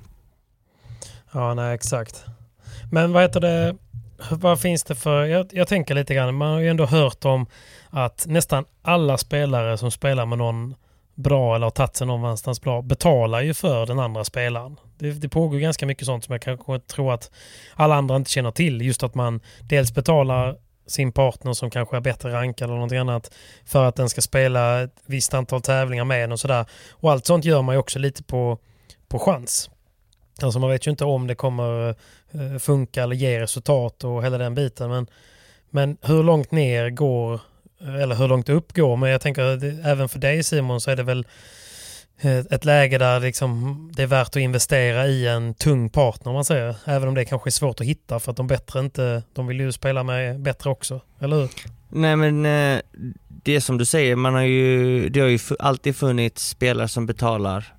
Ja, nej, exakt. Men vad heter det, vad finns det för, jag, jag tänker lite grann, man har ju ändå hört om att nästan alla spelare som spelar med någon bra eller har tagit sig någonstans bra betalar ju för den andra spelaren. Det, det pågår ganska mycket sånt som jag kanske tror att alla andra inte känner till. Just att man dels betalar sin partner som kanske är bättre rankad eller någonting annat för att den ska spela ett visst antal tävlingar med en och sådär. Och allt sånt gör man ju också lite på, på chans. Alltså man vet ju inte om det kommer uh, funka eller ge resultat och hela den biten. Men, men hur långt ner går, eller hur långt upp går, men jag tänker att det, även för dig Simon så är det väl ett läge där liksom det är värt att investera i en tung partner om man säger. Även om det kanske är svårt att hitta för att de bättre inte, de vill ju spela med bättre också, eller hur? Nej, men det som du säger, man har ju, det har ju alltid funnits spelare som betalar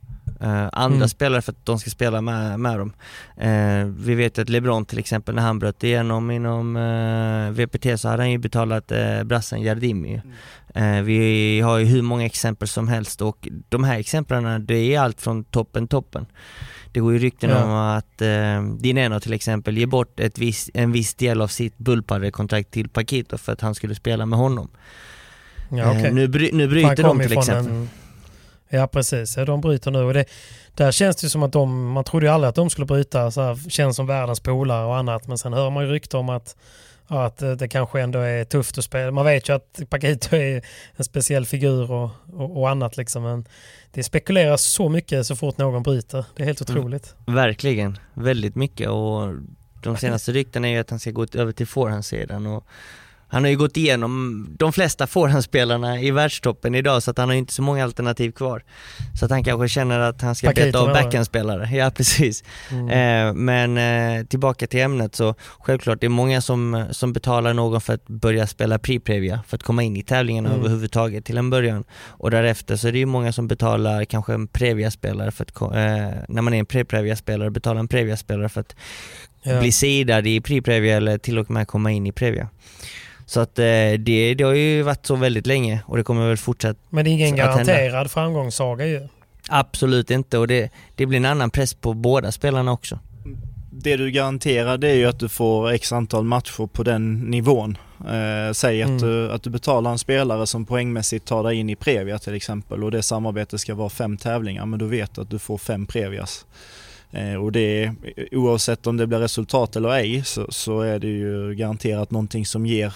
uh, andra Mm. spelare för att de ska spela med, med dem. Uh, vi vet att LeBron till exempel, när han bröt igenom inom uh, V P T, så hade han ju betalat uh, brassen Jardimi. Mm. Uh, vi har ju hur många exempel som helst, och de här exemplen, det är allt från toppen toppen. Det går ju rykten ja. om att eh, Dineno till exempel ger bort ett viss, en viss del av sitt bullpadre-kontrakt till Paquito för att han skulle spela med honom. Ja, okay. eh, nu, bry, nu bryter de till exempel. En... Ja, precis. De bryter nu. Och det, där känns det som att de, man trodde ju aldrig att de skulle bryta, så här, känns som världens polare och annat. Men sen hör man ju rykten om att, att det kanske ändå är tufft att spela. Man vet ju att Paquito är en speciell figur och, och, och annat liksom. Men det spekuleras så mycket så fort någon bryter. Det är helt otroligt. Mm, verkligen. Väldigt mycket. Och de senaste rykten är ju att han ska gå över till forehandsidan. Och han har ju gått igenom de flesta forehandspelarna i världstoppen idag, så att han har inte så många alternativ kvar. Så att han kanske känner att han ska beta av backhandspelare. Ja, precis. Mm. Eh, men eh, tillbaka till ämnet, så självklart det är många som, som betalar någon för att börja spela pre-previa, för att komma in i tävlingen mm. överhuvudtaget till en början. Och därefter så är det ju många som betalar kanske en previa-spelare för att, eh, när man är en pre-previa-spelare, betalar en previa-spelare för att ja. bli sidad i pre-previa eller till och med komma in i previa. Så att eh, det, det har ju varit så väldigt länge, och det kommer väl fortsätta. Men det är ingen garanterad framgångssaga ju. Absolut inte, och det, det blir en annan press på båda spelarna också. Det du garanterar, det är ju att du får x antal matcher på den nivån. Eh, säg att, mm. du, att du betalar en spelare som poängmässigt tar dig in i Previa till exempel, och det samarbetet ska vara fem tävlingar, men du vet att du får fem Previas. Eh, och det är, oavsett om det blir resultat eller ej, så, så är det ju garanterat någonting som ger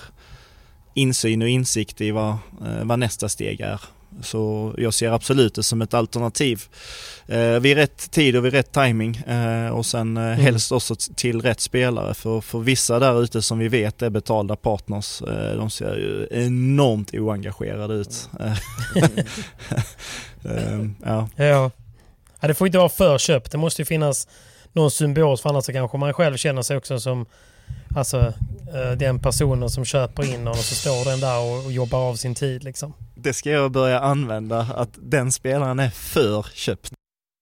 insyn och insikt i vad, eh, vad nästa steg är. Så jag ser absolut det som ett alternativ eh, vid rätt tid och vid rätt timing, eh, och sen eh, mm. helst också till rätt spelare, för, för vissa där ute som vi vet är betalda partners, eh, de ser ju enormt oengagerade ut. eh, ja. Ja. Ja, det får inte vara förköpt, det måste ju finnas någon symbios, för annars så kanske man själv känner sig också som alltså, den personen som köper in och så står den där och, och jobbar av sin tid liksom. Det ska jag börja använda, att den spelaren är för köpt.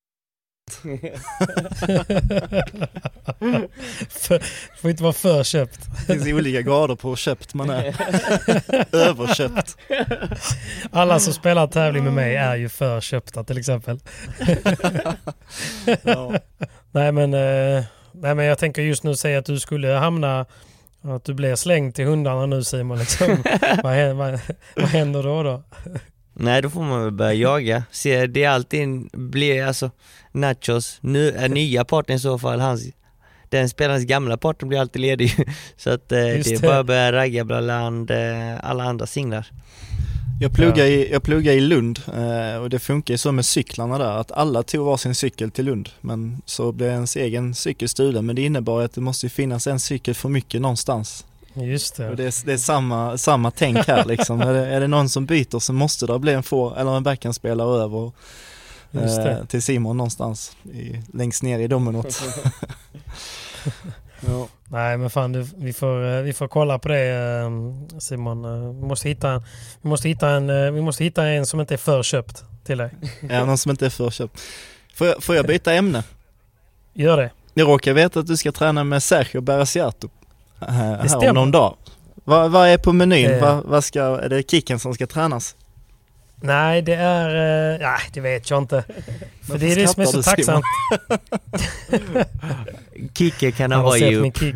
för, får inte vara för köpt. Det finns olika grader på hur köpt man är. Överköpt. Alla som spelar tävling med mig är ju för köpta till exempel. Ja. Nej men eh, nej men jag tänker just nu säga att du skulle hamna, att du blir slängd till hundarna nu Simon liksom. vad, händer, vad, vad händer då då? Nej, då får man väl börja jaga. Se, det är alltid blir alltså Nachos nu är nya partner i så fall, hans den spelarens gamla partner blir alltid ledig. Så att eh, det är bara att börja ragga bland eh, alla andra singlar. Jag pluggar, ja. i, jag pluggar i Lund eh, och det funkar ju så med cyklarna där, att alla tog var sin cykel till Lund, men så blev ens egen cykel stulen, men det innebar att det måste finnas en cykel för mycket någonstans. Just det. Och det är, det är samma, samma tänk här liksom. är, det, är det någon som byter så måste det bli en for, eller en backhandspelare över eh, till Simon någonstans i, längst ner i dominot. Ja. Nej men fan, du, vi, får, vi får kolla på det Simon. Vi måste hitta, vi måste hitta, en, vi måste hitta en som inte är förköpt till dig. Ja, någon som inte är förköpt. Får jag, får jag byta ämne? Gör det. Jag råkar veta att du ska träna med Sergio Berasiato här, här om någon dag. Vad, vad är på menyn? Eh. Vad, vad ska, är det kicken som ska tränas? Nej, det är... Uh, ja, det vet jag inte. För det är det som är så tacksamt. Kicker kan han vara ju upp.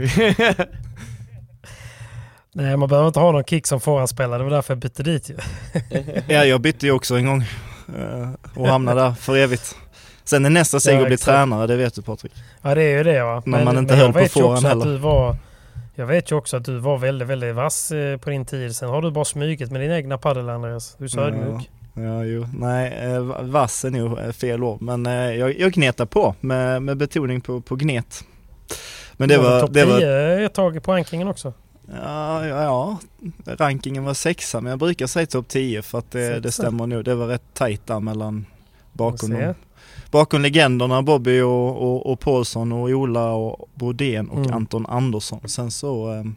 Nej, man behöver inte ha någon kick som forehandspelare. Det var därför jag bytte dit ju. Ja, jag bytte ju också en gång. Uh, och hamnade där för evigt. Sen är nästa steg ja, att bli tränare, det vet du Patrik. Ja, det är ju det va. Men, men man inte men höll på forehand heller. Du var, jag vet ju också att du var väldigt, väldigt vass eh, på din tid. Sen har du bara smugit med din egna paddel, Andreas. Du är så ja, ödmjuk. Ja, jo. Nej, eh, vass är nog fel ord. Men eh, jag, jag gnetar på med, med betoning på, på gnet. Men det var... Topp det var tio ett tag på rankingen också. Ja, ja, ja, rankingen var sexa, men jag brukar säga topp tio för att det, det stämmer nog. Det var rätt tajt där mellan bakom dem. Bakom legenderna Bobby och, och, och Paulsson och Ola och Brodén och mm. Anton Andersson. Sen så eh,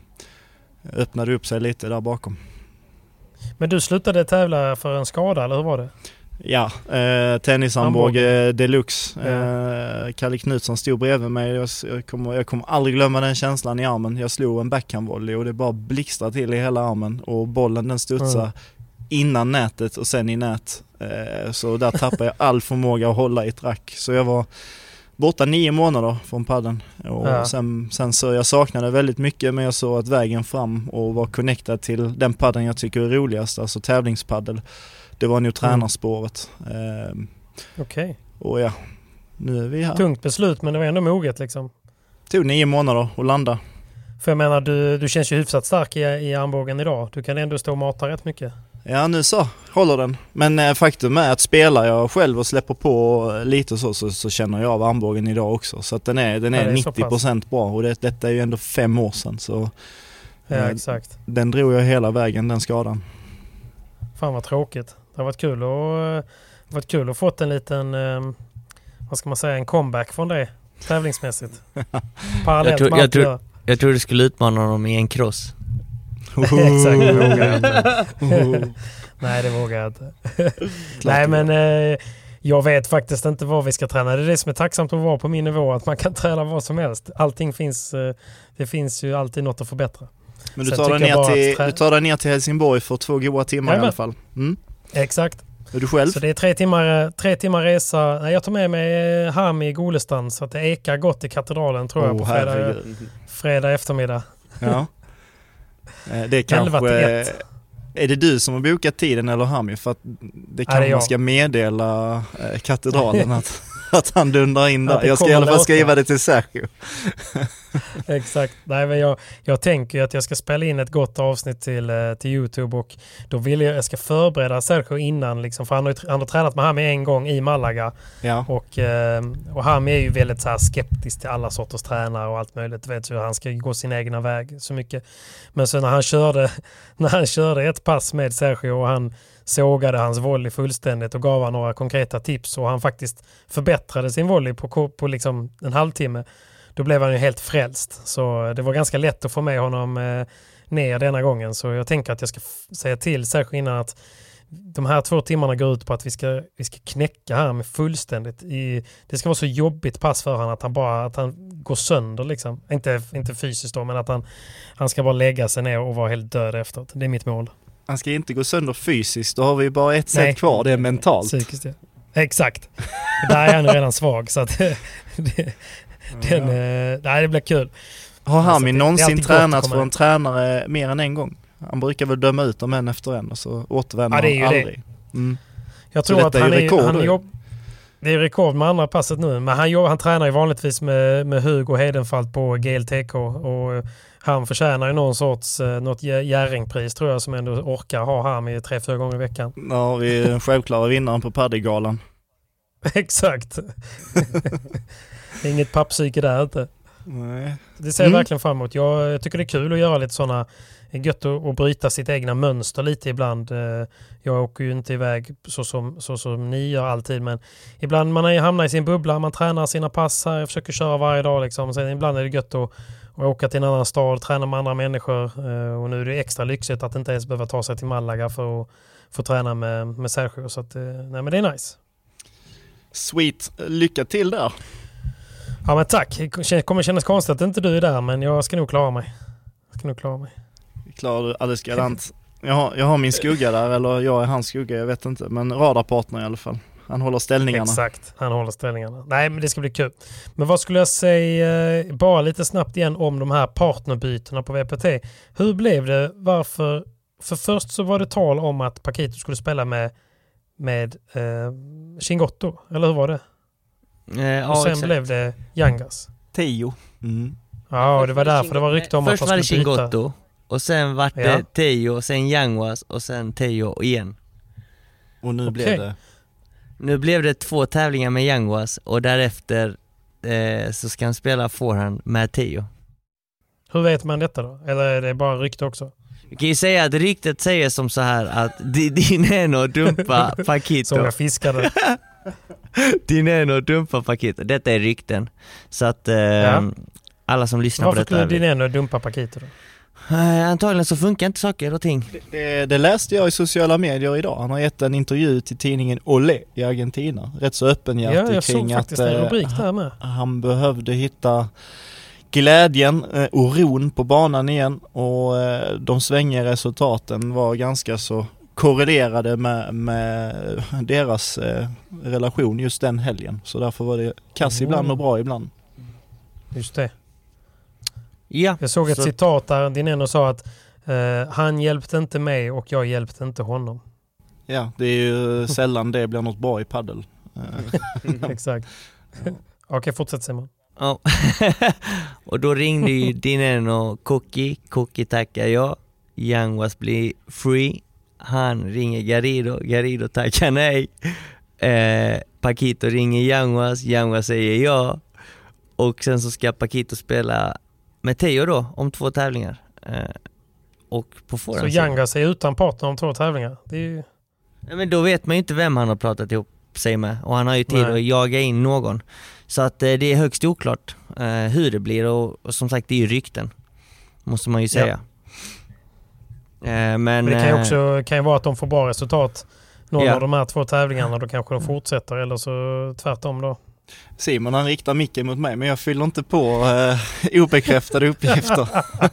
öppnade det upp sig lite där bakom. Men du slutade tävla för en skada, eller hur var det? Ja, eh, tennisarmbåge deluxe. Eh, Kalle Knutsson stod bredvid mig. Jag, jag, kommer, jag kommer aldrig glömma den känslan i armen. Jag slog en backhandvolley och det bara blixtrade till i hela armen. Och bollen den studsade mm. innan nätet och sen i nät. Eh, så där tappade jag all förmåga att hålla i ett rack. Så jag var borta nio månader från padden. Och ja. sen, sen så jag saknade väldigt mycket, men jag såg att vägen fram och var connectad till den padden jag tycker är roligast, alltså tävlingspaddel. Det var nog tränarspåret. Mm. Eh, Okej. Okay. Och ja, nu är vi här. Tungt beslut, men det var ändå moget liksom. Det tog nio månader att landa. För jag menar, du, du känns ju hyfsat stark i, i armbågen idag. Du kan ändå stå och mata rätt mycket. Ja, nu så håller den. Men eh, faktum är att spelar jag själv och släpper på lite så, så, så känner jag av armbågen idag också. Så att den är, den är, ja, är nittio procent bra. Och det, detta är ju ändå fem år sedan. Så, eh, ja, exakt. Den drog jag hela vägen, den skadan. Fan vad tråkigt. Det har varit kul att, varit kul att fått en liten, eh, vad ska man säga, en comeback från det tävlingsmässigt. Parallellt jag, tror, jag, tror, jag, jag tror du skulle utmana honom i en cross. Exakt, det vågar jag inte. Nej, det vågar jag inte. Nej, men eh, jag vet faktiskt inte vad vi ska träna. Det är det som är tacksamt att vara på min nivå, att man kan träna vad som helst. Allting finns, eh, det finns ju alltid något att förbättra. Men du tar, dig ner, till, trä- du tar dig ner till Helsingborg för två goda timmar ja, i alla fall. Mm. Exakt. Är du själv? Så det är tre timmar, tre timmar resa. Nej, jag tar med mig Hami i Golestan så att det ekar gott i katedralen tror oh, jag på fredag, fredag eftermiddag. Ja. Det är kanske... Är det du som har bokat tiden eller Hami? För att det kanske man ska meddela katedralen att, att han dundrar in där. Jag ska i alla fall skriva det till Sergio. Exakt. Nej, men jag, jag tänker ju att jag ska spela in ett gott avsnitt till, till YouTube och då vill jag, jag ska förbereda Sergio innan liksom, för han har, han har tränat med Hami en gång i Malaga ja. och, och Hami är ju väldigt så här skeptisk till alla sorters tränare och allt möjligt, vet hur han ska gå sin egna väg så mycket. Men så när han körde när han körde ett pass med Sergio och han sågade hans volley fullständigt och gav han några konkreta tips och han faktiskt förbättrade sin volley på, på liksom en halvtimme. Då blev han ju helt frälst. Så det var ganska lätt att få med honom eh, ner denna gången. Så jag tänker att jag ska f- säga till särskilt innan att de här två timmarna går ut på att vi ska, vi ska knäcka här med fullständigt. I, det ska vara så jobbigt pass för honom att han bara att han går sönder liksom. Inte, inte fysiskt då, men att han, han ska bara lägga sig ner och vara helt död efteråt. Det är mitt mål. Han ska inte gå sönder fysiskt. Då har vi bara ett sätt kvar. Det är mentalt. Psykiskt, ja. Exakt. Där är han redan svag. Så att det, den, ja. Nej, det blir kul. Har Hami någonsin tränat för en tränare mer än en gång? Han brukar väl döma ut dem en efter en och så återvänder ja, han aldrig. Mm. Jag tror att han är, rekord, han jobb, det är rekord med andra passet nu. Men han, jobb, han tränar ju vanligtvis med, med Hugo Hedenfalt på G L T K och han förtjänar ju någon sorts något Jerringpris tror jag som ändå orkar ha Hami tre, fyra gånger i veckan. Ja, vi är den självklara vinnaren på paddelgalan. Exakt. Inget pappsyke där inte. Nej. Det ser jag mm. verkligen fram emot. Jag, jag tycker det är kul att göra lite sådana gött att, att bryta sitt egna mönster lite ibland. Jag åker ju inte iväg så som, så som ni gör alltid, men ibland man är, hamnar i sin bubbla, man tränar sina pass här, jag försöker köra varje dag liksom. Sen ibland är det gött att, att åka till en annan stad, träna med andra människor och nu är det extra lyxigt att inte ens behöva ta sig till Malaga för att få träna med, med Sergio. Så att, nej men det är nice. Sweet, lycka till där. Ja men tack, det kommer kännas konstigt att inte du är där, men jag ska nog klara mig. Jag ska nog klara mig. Klarar du alldeles galant. Jag har, jag har min skugga där, eller jag är hans skugga, jag vet inte. Men radarpartner i alla fall. Han håller ställningarna. Exakt, han håller ställningarna. Nej, men det ska bli kul. Men vad skulle jag säga, bara lite snabbt igen om de här partnerbytena på V P T. Hur blev det? Varför? För först så var det tal om att Paquito skulle spela med, med eh, Chingotto, eller hur var det? Eh, och sen exakt. blev det Yangas. Tio. Mm. Ja, och det var därför det var rykte om först att man skulle byta. Först var det Chingotto. Och sen var det ja. Teo, sen Yanguas och sen Teo igen. Och nu okay. blev det? Nu blev det två tävlingar med Yanguas och därefter eh, så ska han spela forehand med Teo. Hur vet man detta då? Eller är det bara rykte också? Jag kan ju säga att ryktet säger som så här att din är nog dumpa Paquito. Som jag fiskade. Din är nog dumpa Paquito. Detta är rykten. Så att eh, ja. alla som lyssnar varför på detta... Varför skulle din är nog dumpa Paquito då? Uh, antagligen så funkar inte saker och ting. Det, det, det läste jag i sociala medier idag. Han har gett en intervju till tidningen Olé i Argentina. Rätt så öppenhjärtig ja, jag kring såg faktiskt att en rubrik där med. Han behövde hitta glädjen, eh, oron på banan igen, och eh, de svängiga resultaten var ganska så korrelerade med, med deras eh, relation just den helgen. Så därför var det kass mm. ibland och bra ibland. Just det. Ja, jag såg ett så... citat där Dineno sa att eh, han hjälpte inte mig och jag hjälpte inte honom. Ja, det är ju sällan det blir något bra i paddel. Exakt. Okej, okay, fortsätt Simon. Ja. Och då ringde ju Dineno Koki. Koki tackar jag. Yanguas blir free. Han ringer Garrido. Garrido tackar nej. Eh, Paquito ringer Yanguas. Yanguas säger ja. Och sen så ska Paquito spela med Teo då om två tävlingar. Eh, och på så Yanguas är utan partner om två tävlingar. Det är ju... ja, men då vet man ju inte vem han har pratat ihop sig med. Och han har ju tid nej. att jaga in någon. Så att eh, det är högst oklart eh, hur det blir. Och, och som sagt, det är ju rykten. Måste man ju säga. Ja. Eh, men, men det kan ju också kan ju vara att de får bra resultat. Någon ja. av de här två tävlingarna. Då kanske de fortsätter. Eller så tvärtom då. Simon han riktar micken mot mig, men jag fyller inte på eh, obekräftade uppgifter.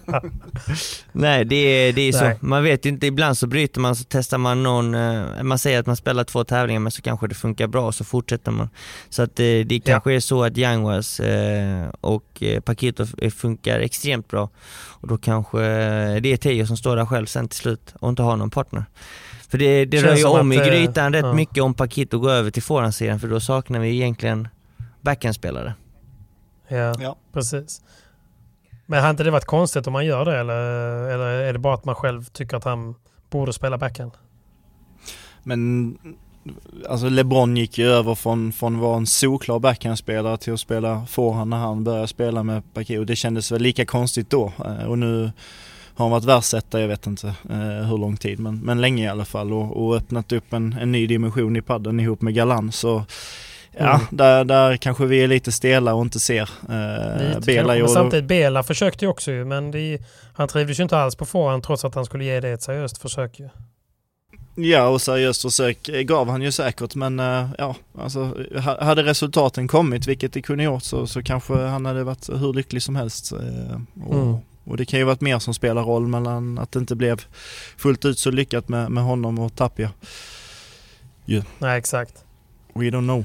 Nej, det är, det är så. Man vet inte, ibland så bryter man, så testar man någon, eh, man säger att man spelar två tävlingar, men så kanske det funkar bra och så fortsätter man. Så att eh, det kanske ja. är så att Yanguas eh, och eh, Paquito funkar extremt bra. Och då kanske eh, det är Teo som står där själv sen till slut och inte har någon partner. För det, det rör ju om att, i grytan rätt ja. mycket om Paquito går över till forehandsidan, för då saknar vi egentligen backhandspelare. Ja, ja, precis. Men har inte det varit konstigt om man gör det, eller, eller är det bara att man själv tycker att han borde spela backhand? Men alltså LeBron gick ju över från, från att vara en solklar backhandspelare till att spela forehand när han började spela med Paquito. Det kändes väl lika konstigt då, och nu har han varit världsättare, jag vet inte eh, hur lång tid, men, men länge i alla fall, och, och öppnat upp en, en ny dimension i padden ihop med Galan. Så ja, mm. där, där kanske vi är lite stela och inte ser eh, Bela. Men samtidigt, Bela försökte ju också, men det, han trivdes ju inte alls på förhand trots att han skulle ge det ett seriöst försök ju. Ja, och seriöst försök gav han ju säkert, men äh, ja, alltså hade resultaten kommit, vilket det kunde gjort, så, så kanske han hade varit hur lycklig som helst. Äh, och, mm. och det kan ju varit mer som spelar roll mellan att det inte blev fullt ut så lyckat med, med honom och Tapia. Yeah. Nej, exakt. We don't know.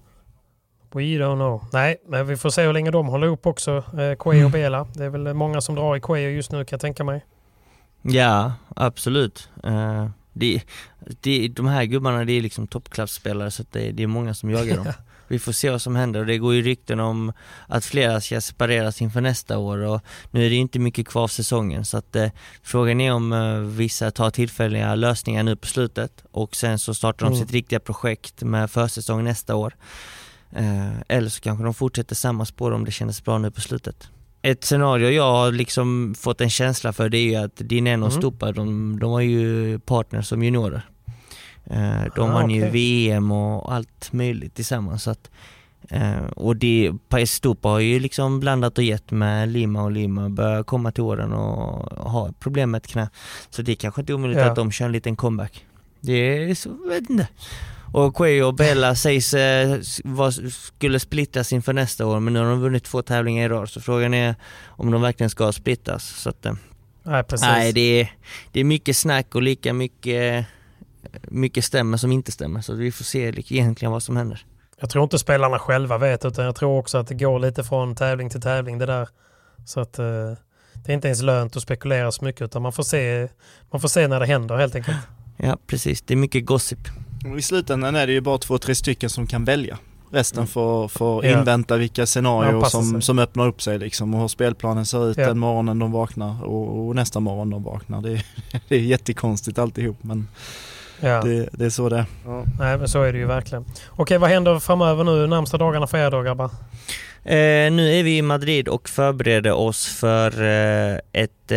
We don't know. Nej, men vi får se hur länge de håller upp också, eh, Quay och Bela. Det är väl många som drar i Quay just nu, kan jag tänka mig. Ja, absolut. Uh... Det, det, de här gubbarna, det är liksom toppklassspelare, så att det, det är många som jagar dem. Vi får se vad som händer, och det går ju rykten om att flera ska separeras inför nästa år, och nu är det inte mycket kvar av säsongen, så att eh, frågan är om eh, vissa tar tillfälliga lösningar nu på slutet och sen så startar de mm. sitt riktiga projekt med försäsong nästa år, eh, eller så kanske de fortsätter samma spår om det känns bra nu på slutet. Ett scenario jag har liksom fått en känsla för, det är ju att Dineno och mm. Stupa, de, de var ju partners som juniorer. Eh, de ah, vann ju okay. V M och allt möjligt tillsammans. Så att, eh, och det, Stupa har ju liksom blandat och gett med Lima, och Lima börjar komma till åren och ha problem med ett knä. Så det är kanske inte omöjligt ja. att de kör en liten comeback. Det är så, vet inte. Och Quay och Bella sägs eh, var, skulle splittas inför nästa år, men nu har de vunnit två tävlingar i rad, så frågan är om de verkligen ska splittas. Så att, eh, nej, precis. nej det, är, det är mycket snack och lika mycket, mycket stämmer som inte stämmer, så vi får se egentligen vad som händer. Jag tror inte spelarna själva vet, utan jag tror också att det går lite från tävling till tävling det där. Så att eh, det är inte ens lönt att spekulera så mycket, utan man får se, man får se när det händer helt enkelt. Ja, precis. Det är mycket gossip. I slutändan är det ju bara två, tre stycken som kan välja. Resten får, får ja. invänta vilka scenarier som, som öppnar upp sig liksom, och hur spelplanen ser ut ja. den morgonen de vaknar och, och nästa morgon de vaknar. Det är, det är jättekonstigt alltihop, men ja. det, det är så det är. Ja. Nej, men så är det ju verkligen. Okej, vad händer framöver nu, närmsta dagarna för er då, grabbar? Eh, nu är vi i Madrid och förbereder oss för eh, ett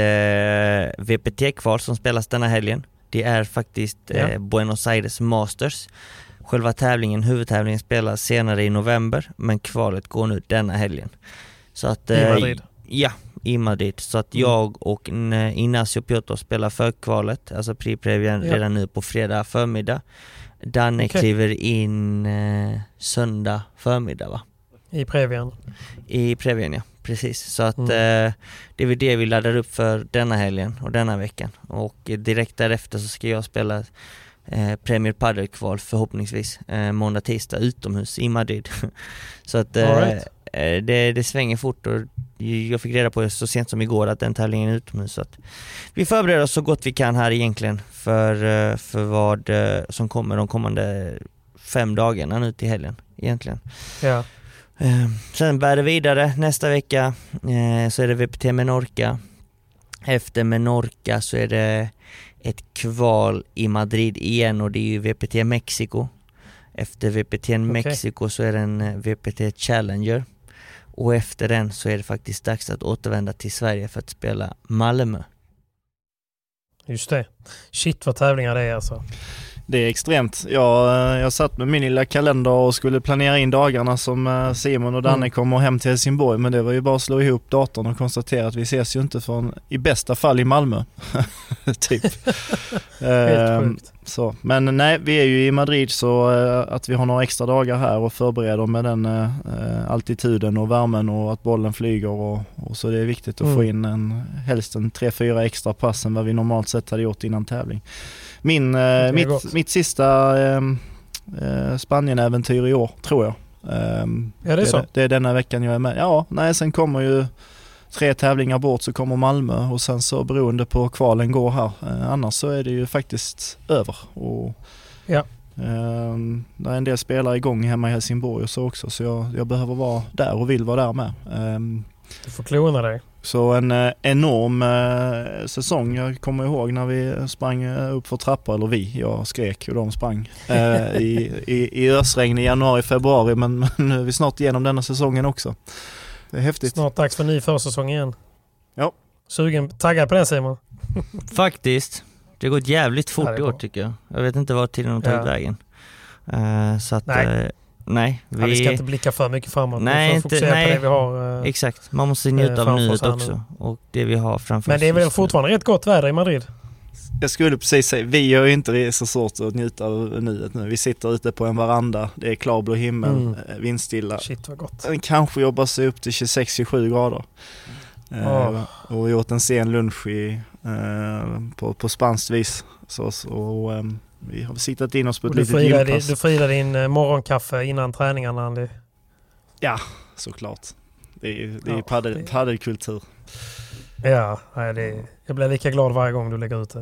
eh, V P T-kval som spelas denna helgen. Det är faktiskt ja. eh, Buenos Aires Masters. Själva tävlingen, huvudtävlingen spelas senare i november, men kvalet går nu denna helgen. Så att, eh, I Madrid? Ja, i Madrid. Så att mm. jag och Ignacio Piotr spelar förkvalet, alltså Pri-Previen ja. redan nu på fredag förmiddag. Danne okay. kliver in eh, söndag förmiddag va? I Previen. I Previen, ja. Precis. Så att mm. eh, det är väl det vi laddar upp för denna helgen och denna veckan. Och eh, direkt därefter så ska jag spela eh, Premier Padel-kval förhoppningsvis eh, måndag, tisdag utomhus i Madrid. Så att eh, right. det, det svänger fort och jag fick reda på det så sent som igår att den tävlingen är utomhus. Så att vi förbereder oss så gott vi kan här egentligen för, för vad som kommer de kommande fem dagarna nu till helgen egentligen. Ja. Sen bär det vidare nästa vecka så är det V P T Menorca. Efter Menorca så är det ett kval i Madrid igen och det är ju V P T Mexiko. Efter V P T okay. Mexiko så är det en V P T Challenger. Och efter den så är det faktiskt dags att återvända till Sverige för att spela Malmö. Just det. Shit vad tävlingar det är alltså. Det är extremt. Jag, jag satt med min lilla kalender och skulle planera in dagarna som Simon och Danne mm. kommer hem till Helsingborg. Men det var ju bara att slå ihop datorn och konstatera att vi ses ju inte från i bästa fall i Malmö. typ. Helt sjukt. Så. Men nej, vi är ju i Madrid så att vi har några extra dagar här och förbereder med den äh, altituden och värmen och att bollen flyger och, och så det är viktigt att mm. få in en, helst en tre fyra extra pass än vad vi normalt sett hade gjort innan tävling. Min, äh, mitt, mitt sista äh, äh, Spanien-äventyr i år tror jag. Ähm, ja, det är så. Det, det är denna veckan jag är med. Ja, nej, sen kommer ju tre tävlingar bort så kommer Malmö och sen så beroende på kvalen går här. Eh, annars så är det ju faktiskt över. Och, ja. eh, det är en del spelare igång hemma i Helsingborg och så också så jag, jag behöver vara där och vill vara där med. Eh, du får klona dig. Så en eh, enorm eh, säsong. Jag kommer ihåg när vi sprang upp för trappor, eller vi, jag skrek och de sprang eh, i, i, i ösregn i januari, februari men, men nu är vi snart igenom denna säsongen också. Det är häftigt. Snart dags för ny försäsong igen. Ja. Sugen, taggad på den Simon? Faktiskt. Det har gått jävligt fort i år tycker jag. Jag vet inte vad tiden har tagit ja. vägen. Uh, så att, nej. Uh, nej vi... Ja, vi ska inte blicka för mycket framåt. Nej, vi får inte, fokusera nej. på det vi har. Uh, Exakt. Man måste njuta av nuet också. Och det vi har framför oss. Men det är väl fortfarande rätt gott väder i Madrid? Jag skulle precis säga, vi gör ju inte så svårt att njuta av nuet nu. Vi sitter ute på en veranda, det är klarblå himmel, mm. vindstilla. Shit vad gott. Kanske jobbar sig upp till tjugosex till tjugosju grader. Oh. Uh, och vi åt en sen lunch i, uh, på, på spanskt vis. Så, så um, vi har sittat in oss på ett litet gympass. Du firar din uh, morgonkaffe innan träningarna, Andy? Ja, såklart. Det är, det är ja, paddel, det... paddelkultur. Ja, nej, det är, jag blir lika glad varje gång du lägger ut det.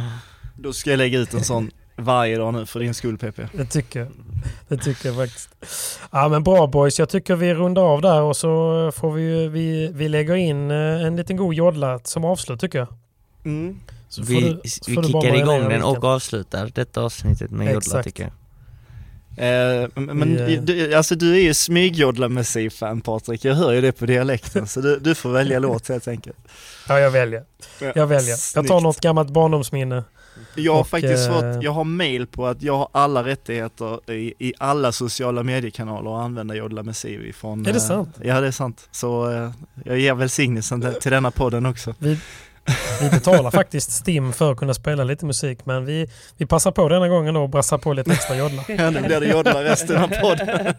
Då ska jag lägga ut en sån varje dag nu för din skull, P P. Det tycker jag. Det tycker jag faktiskt. Ja, men bra boys. Jag tycker vi rundar av där och så får vi vi, vi lägger in en liten god jodla som avslut tycker jag. Mm. Så vi du, vi kickar igång den och avslutar detta avsnittet med jodla tycker jag. Eh, men yeah. du, alltså du är ju smygjodla med sig-fan Patrik. Jag hör ju det på dialekten så du, du får välja låt helt enkelt. Ja, jag väljer. Jag väljer. Jag tar något gammalt barndomsminne. Jag har och, faktiskt eh, fått, jag har mail på att jag har alla rättigheter i, i alla sociala mediekanaler att använda jodla med sig från. Är det sant? Eh, ja, det är sant. Så eh, jag ger välsignelsen till denna podden också. Vi, vi betalar faktiskt Stim för att kunna spela lite musik, men vi, vi passar på denna gången då och brassar på lite extra jodla. Ja, nu blir det jodla resten av podden.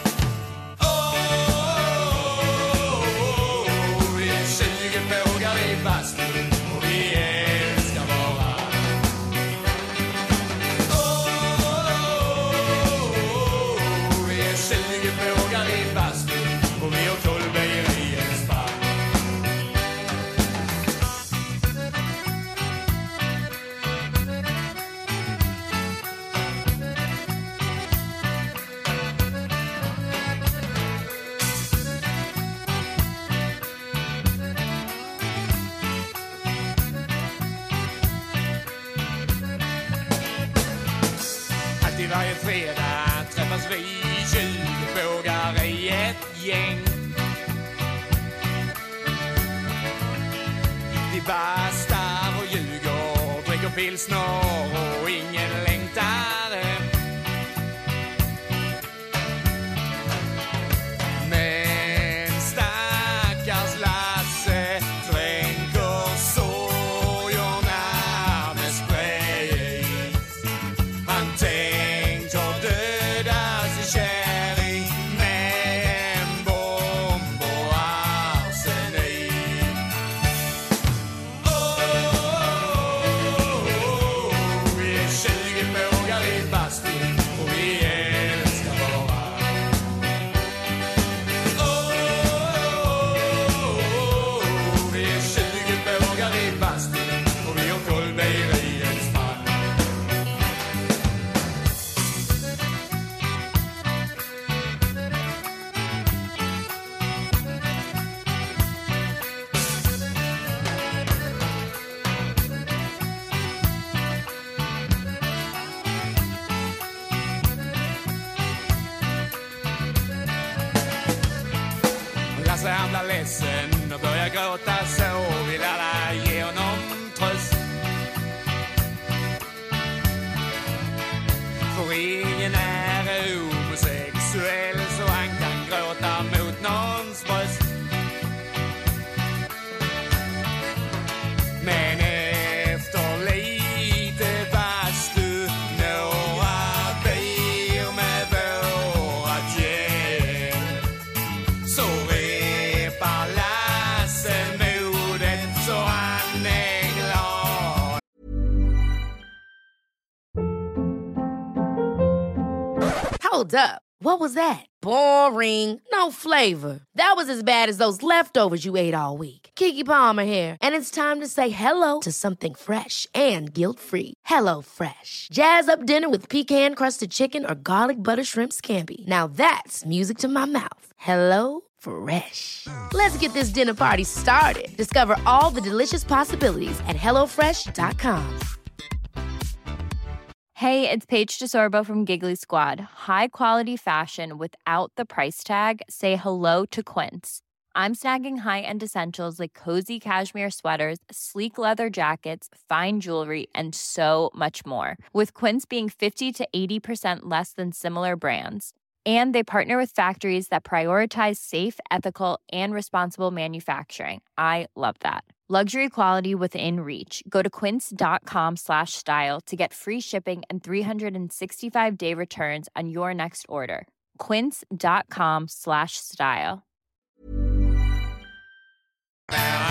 Varje fredag träffas vi tjugo bågar i ett gäng. Vi bastar och ljuger, dricker pilsner och ingen längtar. Men stackars Lasse, ledsen och börjar gråta så vill alla ge honom tröst. För ingen är homosexuell så han kan gråta mot någons bröst. Men efter lite bastu, några bir med vårat gäng, så repar Lasse modet så han är glad. Hold up. What was that? Boring. No flavor. That was as bad as those leftovers you ate all week. Keke Palmer here, and it's time to say hello to something fresh and guilt-free. Hello Fresh. Jazz up dinner with pecan-crusted chicken or garlic butter shrimp scampi. Now that's music to my mouth. Hello Fresh. Let's get this dinner party started. Discover all the delicious possibilities at hello fresh dot com. Hey, it's Paige DeSorbo from Giggly Squad. High quality fashion without the price tag. Say hello to Quince. I'm snagging high-end essentials like cozy cashmere sweaters, sleek leather jackets, fine jewelry, and so much more. With Quince being fifty to eighty percent less than similar brands. And they partner with factories that prioritize safe, ethical, and responsible manufacturing. I love that. Luxury quality within reach. Go to quince.com slash style to get free shipping and three sixty-five day returns on your next order. Quince.com slash style.